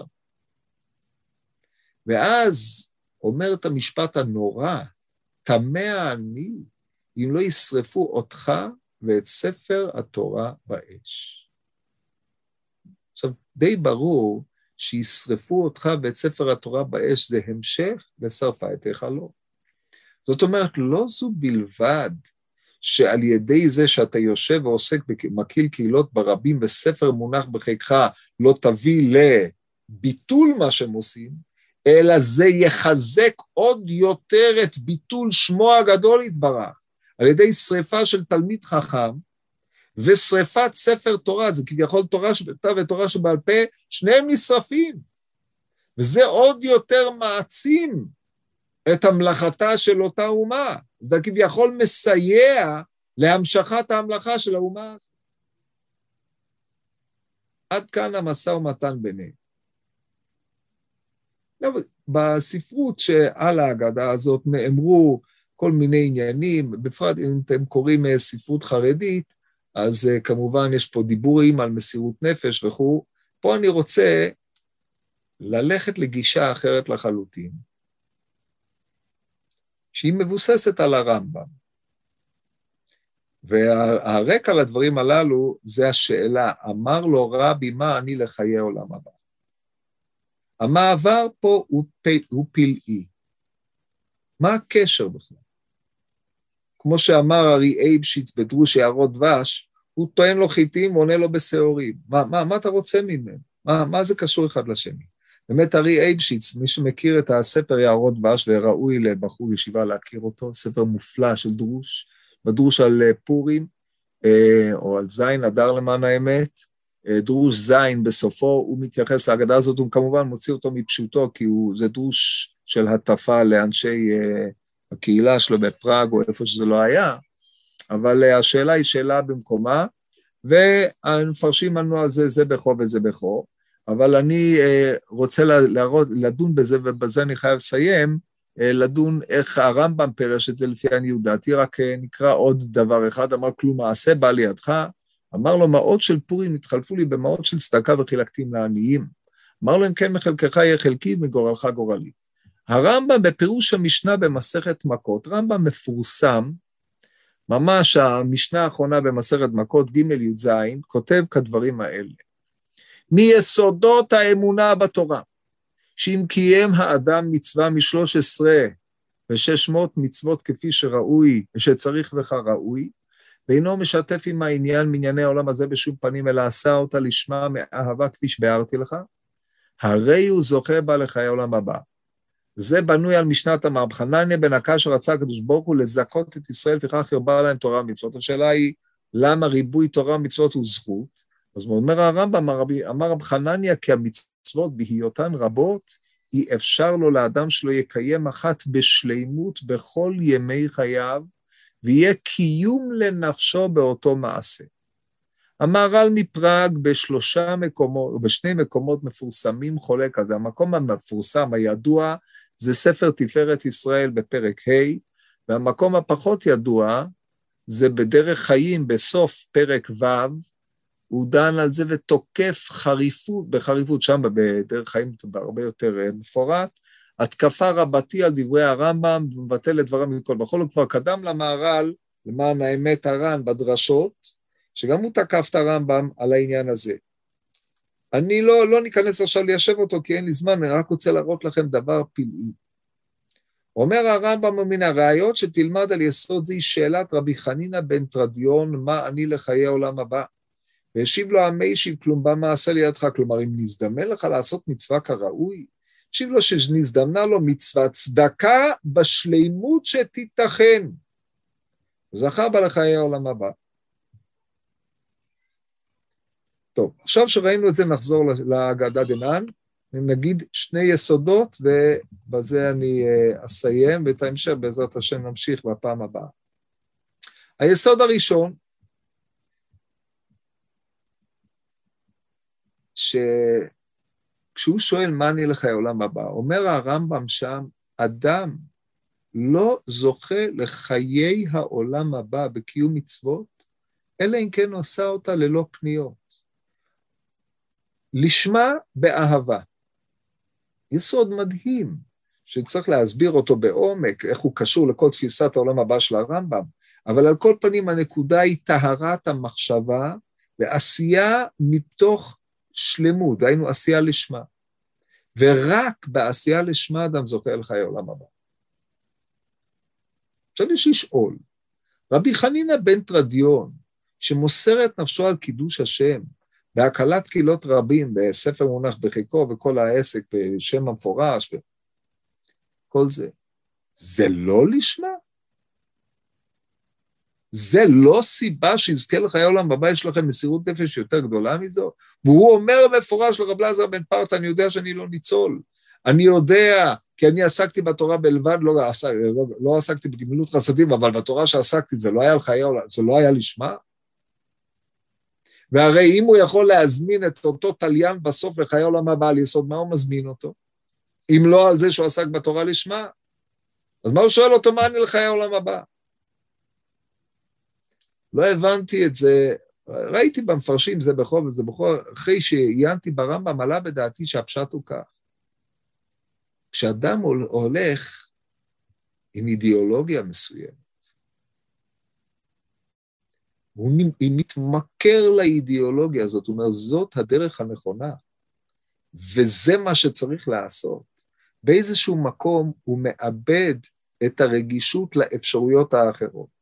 ואז אומר את המשפט הנורא, תמה אני אם לא ישרפו אותך ואת ספר התורה באש. עכשיו, די ברור שישרפו אותך ואת ספר התורה באש זה המשך ושרפה את היכלו. זאת אומרת, לא זו בלבד, שעל ידי זה שאתה יושב ועוסק במקיל קהילות ברבים וספר מונח בחיקך לא תביא לביטול מה שהם עושים, אלא זה יחזק עוד יותר את ביטול שמו הגדול יתברך, על ידי שריפה של תלמיד חכם, ושריפת ספר תורה, זה כביכול תורה שבכתב ותורה שבעל פה, שניהם נשרפים, וזה עוד יותר מעצים את המלאכתה של אותה אומה, זה כביכול מסייע להמשכת ההמלכה של האומה הזאת. עד כאן המשא ומתן ביניהם. בספרות שעל ההגדה הזאת נאמרו כל מיני עניינים, בפרט אם אתם קוראים ספרות חרדית, אז כמובן יש פה דיבורים על מסירות נפש וכו'. פה אני רוצה ללכת לגישה אחרת לחלוטין, שהיא מבוססת על הרמב"ם. והרקע לדברים הללו זה השאלה, אמר לו רבי מה אני לחיי עולם הבא. המעבר פה הוא, הוא פלאי. מה הקשר בכלל? כמו שאמר ארי אייבשיץ בדרוש יערות דבש, הוא טוען לו חיטים ועונה לו בשעורים. מה, מה, מה אתה רוצה ממנו? מה, מה זה קשור אחד לשני? באמת ארי אייבשיץ, מי שמכיר את הספר יערות דבש, וראוי לבחור ישיבה להכיר אותו, ספר מופלא של דרוש, בדרוש על פורים, או על זין, הדר למען האמת, דרוש זין בסופו, הוא מתייחס להגדה הזאת, הוא כמובן מוציא אותו מפשוטו, כי הוא, זה דרוש של הטפה לאנשי uh, הקהילה שלו בפראג, או איפה שזה לא היה, אבל uh, השאלה היא שאלה במקומה, והמפרשים ענו על זה, זה בכו וזה בכו, אבל אני uh, רוצה להראות, לדון בזה, ובזה אני חייב לסיים, uh, לדון איך הרמב"ם פרש את זה לפי עניות דעתי, רק uh, נקרא עוד דבר אחד, אמר כלום מעשה בא לידך, אמר לו, מעות של פורים התחלפו לי במעות של צדקה וחילקתים לעניים. אמר לו, אם כן מחלקך יהיה חלקי, מגורלך גורלי. הרמב"ם בפירוש המשנה במסכת מכות, רמב"ם מפורסם, ממש המשנה האחרונה במסכת מכות, ג' י"ז, כותב כדברים האלה. מיסודות האמונה בתורה, שאם קיים האדם מצווה משלוש עשרה ושש מאות מצוות כפי שראוי, שצריך וכראוי, ואינו משתף עם העניין מענייני העולם הזה בשום פנים, אלא עשה אותה לשמה מאהבה כפי שבארתי לך, הרי הוא זוכה בה לחיי העולם הבא. זה בנוי על משנת המרב חנניה בן עקשיא שרצה הקדוש ברוך הוא לזכות את ישראל, וכך ירבה להם תורה ומצוות. השאלה היא, למה ריבוי תורה ומצוות הוא זכות? אז אומר הרמב"ם, אמר רב חנניה, כי המצוות בהיותן רבות, אי אפשר לו לאדם שלו יקיים אחת בשלימות בכל ימי חייו, ויהיה קיום לנפשו באותו מעשה. המהר"ל מפראג בשלושה מקומות, בשני מקומות מפורסמים חולק על זה. המקום המפורסם, הידוע, זה ספר תפארת ישראל בפרק ה', והמקום הפחות ידוע, זה בדרך חיים בסוף פרק ו', הוא דן על זה ותוקף חריפות, בחריפות שם בדרך חיים הרבה יותר מפורט, התקפה רבתי על דברי הרמב"ם, ומבטל את דבריו מכל בכל, הוא כבר קדם למהר"ל, למען האמת הר"ן בדרשות, שגם הוא תקף את הרמב"ם על העניין הזה. אני לא, לא ניכנס עכשיו ליישב אותו, כי אין לי זמן, אני רק רוצה להראות לכם דבר פלאי. אומר הרמב"ם, מן הראיות שתלמד על יסוד זה, היא שאלת רבי חנינא בן תרדיון, מה אני לחיי העולם הבא? והשיב לו המשיב, כלום בא מעשה לידך, כלומר, אם נזדמן לך לעשות מצווה כראוי, השיב לו שנזדמנה לו מצווה צדקה בשלימות שתיתכן. זכה בה לחיי העולם הבא. טוב, עכשיו שראינו את זה נחזור להגדה דנן, נגיד שני יסודות ובזה אני אסיים, ואת ההמשך בעזרת השם נמשיך בפעם הבאה. היסוד הראשון, שכשהוא שואל מה אני לחיי העולם הבא, אומר הרמב"ם שם, אדם לא זוכה לחיי העולם הבא בקיום מצוות, אלא אם כן עושה אותה ללא פניות. לשמה באהבה. יסוד מדהים, שצריך להסביר אותו בעומק, איך הוא קשור לכל תפיסת העולם הבא של הרמב"ם, אבל על כל פנים הנקודה היא טהרת המחשבה, ועשייה מתוך שלמות, היינו עשייה לשמה. ורק בעשייה לשמה אדם זוכה לחיי העולם הבא. עכשיו יש לשאול, רבי חנינא בן תרדיון, שמוסר את נפשו על קידוש השם, בהקלת קהילות רבים, בספר מונח בחיקו, וכל העסק בשם המפורש, וכל זה, זה לא לשמה? זה לא סיבה שיזכה לחיי העולם הבא, יש לכם מסירות נפש יותר גדולה מזו? והוא אומר מפורש לרב אלעזר בן פרתא, אני יודע שאני לא ניצול, אני יודע, כי אני עסקתי בתורה בלבד, לא, עסק, לא, לא עסקתי בגמילות חסדים, אבל בתורה שעסקתי זה לא היה לחיי העולם, זה לא היה לשמה? והרי אם הוא יכול להזמין את אותו תליין בסוף לחיי העולם הבא על יסוד, מה הוא מזמין אותו? אם לא על זה שהוא עסק בתורה לשמה, אז מה הוא שואל אותו, מה אני לחיי העולם הבא? לא הבנתי את זה, ראיתי במפרשים זה בכל וזה בכל, אחרי שעיינתי ברמב"ם עלה בדעתי שהפשט הוא כך. כשאדם הולך עם אידיאולוגיה מסוימת, הוא מתמכר לאידיאולוגיה הזאת, הוא אומר, זאת הדרך הנכונה, וזה מה שצריך לעשות. באיזשהו מקום הוא מאבד את הרגישות לאפשרויות האחרות.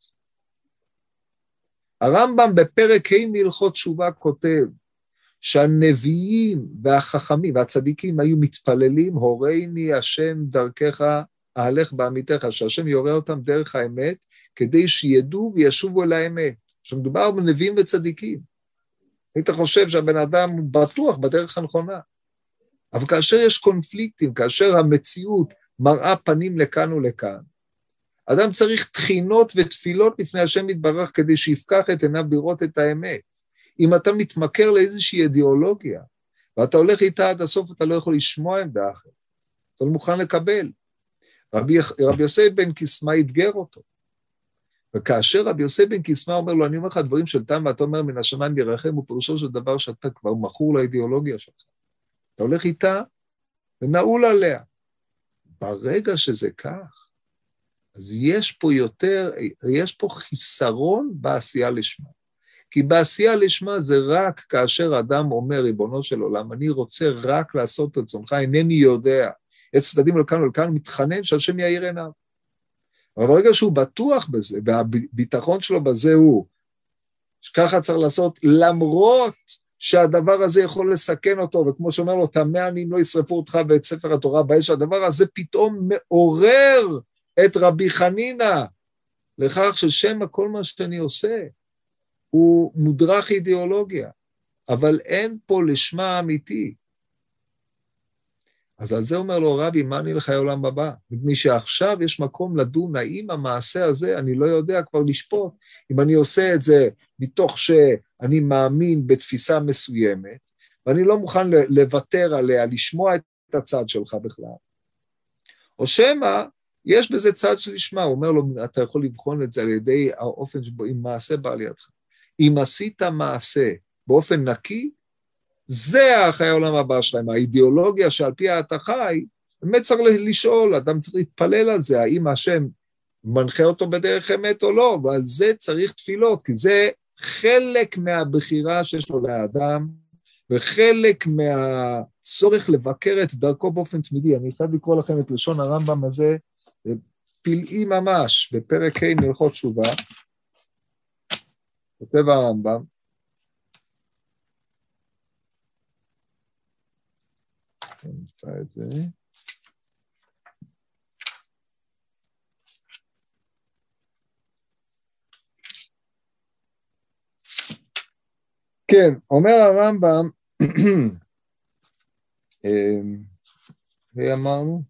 הרמב"ם בפרק ה' מהלכות תשובה כותב, שהנביאים והחכמים והצדיקים היו מתפללים, הורייני השם דרכך, אהלך בעמיתך, שהשם יורה אותם דרך האמת, כדי שידעו וישובו אל האמת. שמדובר בנביאים וצדיקים. היית חושב שהבן אדם הוא בטוח בדרך הנכונה. אבל כאשר יש קונפליקטים, כאשר המציאות מראה פנים לכאן ולכאן, אדם צריך תחינות ותפילות לפני השם יתברך כדי שיפקח את עיניו לראות את האמת. אם אתה מתמכר לאיזושהי אידיאולוגיה, ואתה הולך איתה עד הסוף, אתה לא יכול לשמוע עמדה אחרת. אתה לא מוכן לקבל. רבי, רבי יוסף בן קיסמא אתגר אותו. וכאשר רבי יוסף בן קיסמא אומר לו, אני אומר לך דברים של טעם, ואתה אומר מן השמיים ירחם, הוא פירושו של דבר שאתה כבר מכור לאידיאולוגיה שלך. אתה הולך איתה ונעול עליה. ברגע שזה כך, אז יש פה יותר, יש פה חיסרון בעשייה לשמה. כי בעשייה לשמה זה רק כאשר אדם אומר, ריבונו של עולם, אני רוצה רק לעשות את רצונך, אינני יודע. עץ צדדים לכאן ולכאן, מתחנן שהשם יאיר עיניו. אבל ברגע שהוא בטוח בזה, והביטחון שלו בזה הוא, שככה צריך לעשות, למרות שהדבר הזה יכול לסכן אותו, וכמו שאומר לו, תמה עניים לא ישרפו אותך ואת ספר התורה באש, הדבר הזה פתאום מעורר את רבי חנינא, לכך ששם כל מה שאני עושה, הוא מודרך אידיאולוגיה, אבל אין פה לשמה אמיתי. אז על זה אומר לו רבי, מה אני לחיי עולם הבא? מפני שעכשיו יש מקום לדון, האם המעשה הזה, אני לא יודע כבר לשפוט, אם אני עושה את זה מתוך שאני מאמין בתפיסה מסוימת, ואני לא מוכן לוותר עליה, לשמוע את הצד שלך בכלל. או שמה, יש בזה צד של לשמה, הוא אומר לו, אתה יכול לבחון את זה על ידי האופן שבו, אם מעשה בא לידך. אם עשית מעשה באופן נקי, זה החיי העולם הבא שלהם, האידיאולוגיה שעל פי אתה חי, באמת צריך לשאול, אדם צריך להתפלל על זה, האם השם מנחה אותו בדרך אמת או לא, ועל זה צריך תפילות, כי זה חלק מהבחירה שיש לו לאדם, וחלק מהצורך לבקר את דרכו באופן תמידי. אני חייב לקרוא לכם את לשון הרמב"ם הזה, פלאי ממש, בפרק ה' מהלכות תשובה, כותב הרמב"ם, נמצא את זה. כן, אומר הרמב"ם, ואמרנו,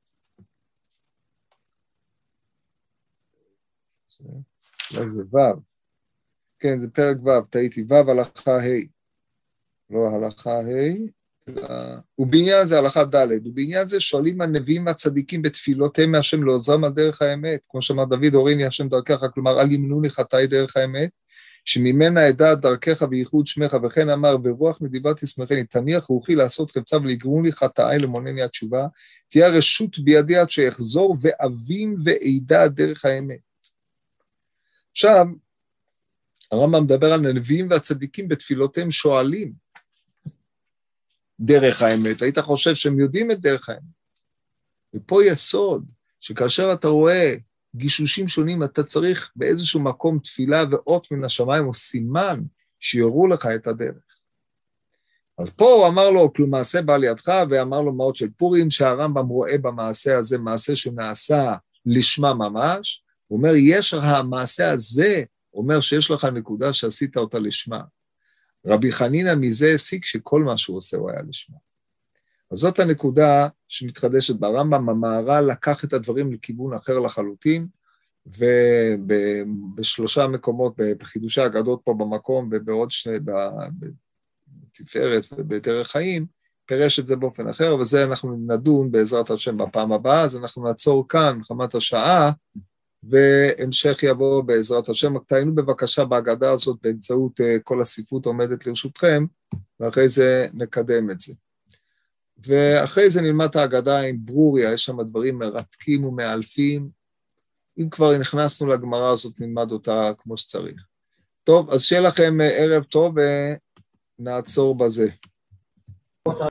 אולי זה ו', כן, זה פרק ו', טעיתי, ו' הלכה ה', לא הלכה ה', ובעניין זה הלכה ד', ובעניין זה שואלים הנביאים הצדיקים בתפילותיהם מהשם לעוזרם על דרך האמת, כמו שאמר דוד, הוריני השם דרכך, כלומר אל ימנעוני חטאי דרך האמת, שממנה אדע דרכך וייחוד שמך, וכן אמר, ורוח נדיבה תשמחני, תניח רוחי לעשות חפצה ולגרום לי חטאי למונני התשובה, תהיה רשות בידי עד שאחזור ואבין ואדע דרך האמת. עכשיו, הרמב"ם מדבר על הנביאים והצדיקים בתפילותיהם שואלים דרך האמת, היית חושב שהם יודעים את דרך האמת. ופה יסוד, שכאשר אתה רואה גישושים שונים, אתה צריך באיזשהו מקום תפילה ואות מן השמיים, או סימן שיורו לך את הדרך. אז פה הוא אמר לו, כלום מעשה בא לידך, ואמר לו מעות של פורים, שהרמב"ם רואה במעשה הזה, מעשה שנעשה לשמה ממש, הוא אומר, יש המעשה הזה, אומר שיש לך נקודה שעשית אותה לשמה. רבי חנינא מזה הסיק שכל מה שהוא עושה הוא היה לשמה. אז זאת הנקודה שמתחדשת ברמב"ם, המהר"ל לקח את הדברים לכיוון אחר לחלוטין, ובשלושה מקומות, בחידושי האגדות פה במקום, ובעוד שני, בתפארת ובדרך חיים, פירש את זה באופן אחר, וזה אנחנו נדון בעזרת השם בפעם הבאה, אז אנחנו נעצור כאן, חמת השעה, והמשך יבוא בעזרת השם. תעיינו בבקשה בהגדה הזאת באמצעות כל הספרות עומדת לרשותכם, ואחרי זה נקדם את זה. ואחרי זה נלמד את ההגדה עם ברוריה, יש שם דברים מרתקים ומאלפים, אם כבר נכנסנו לגמרא הזאת נלמד אותה כמו שצריך. טוב, אז שיהיה לכם ערב טוב ונעצור בזה.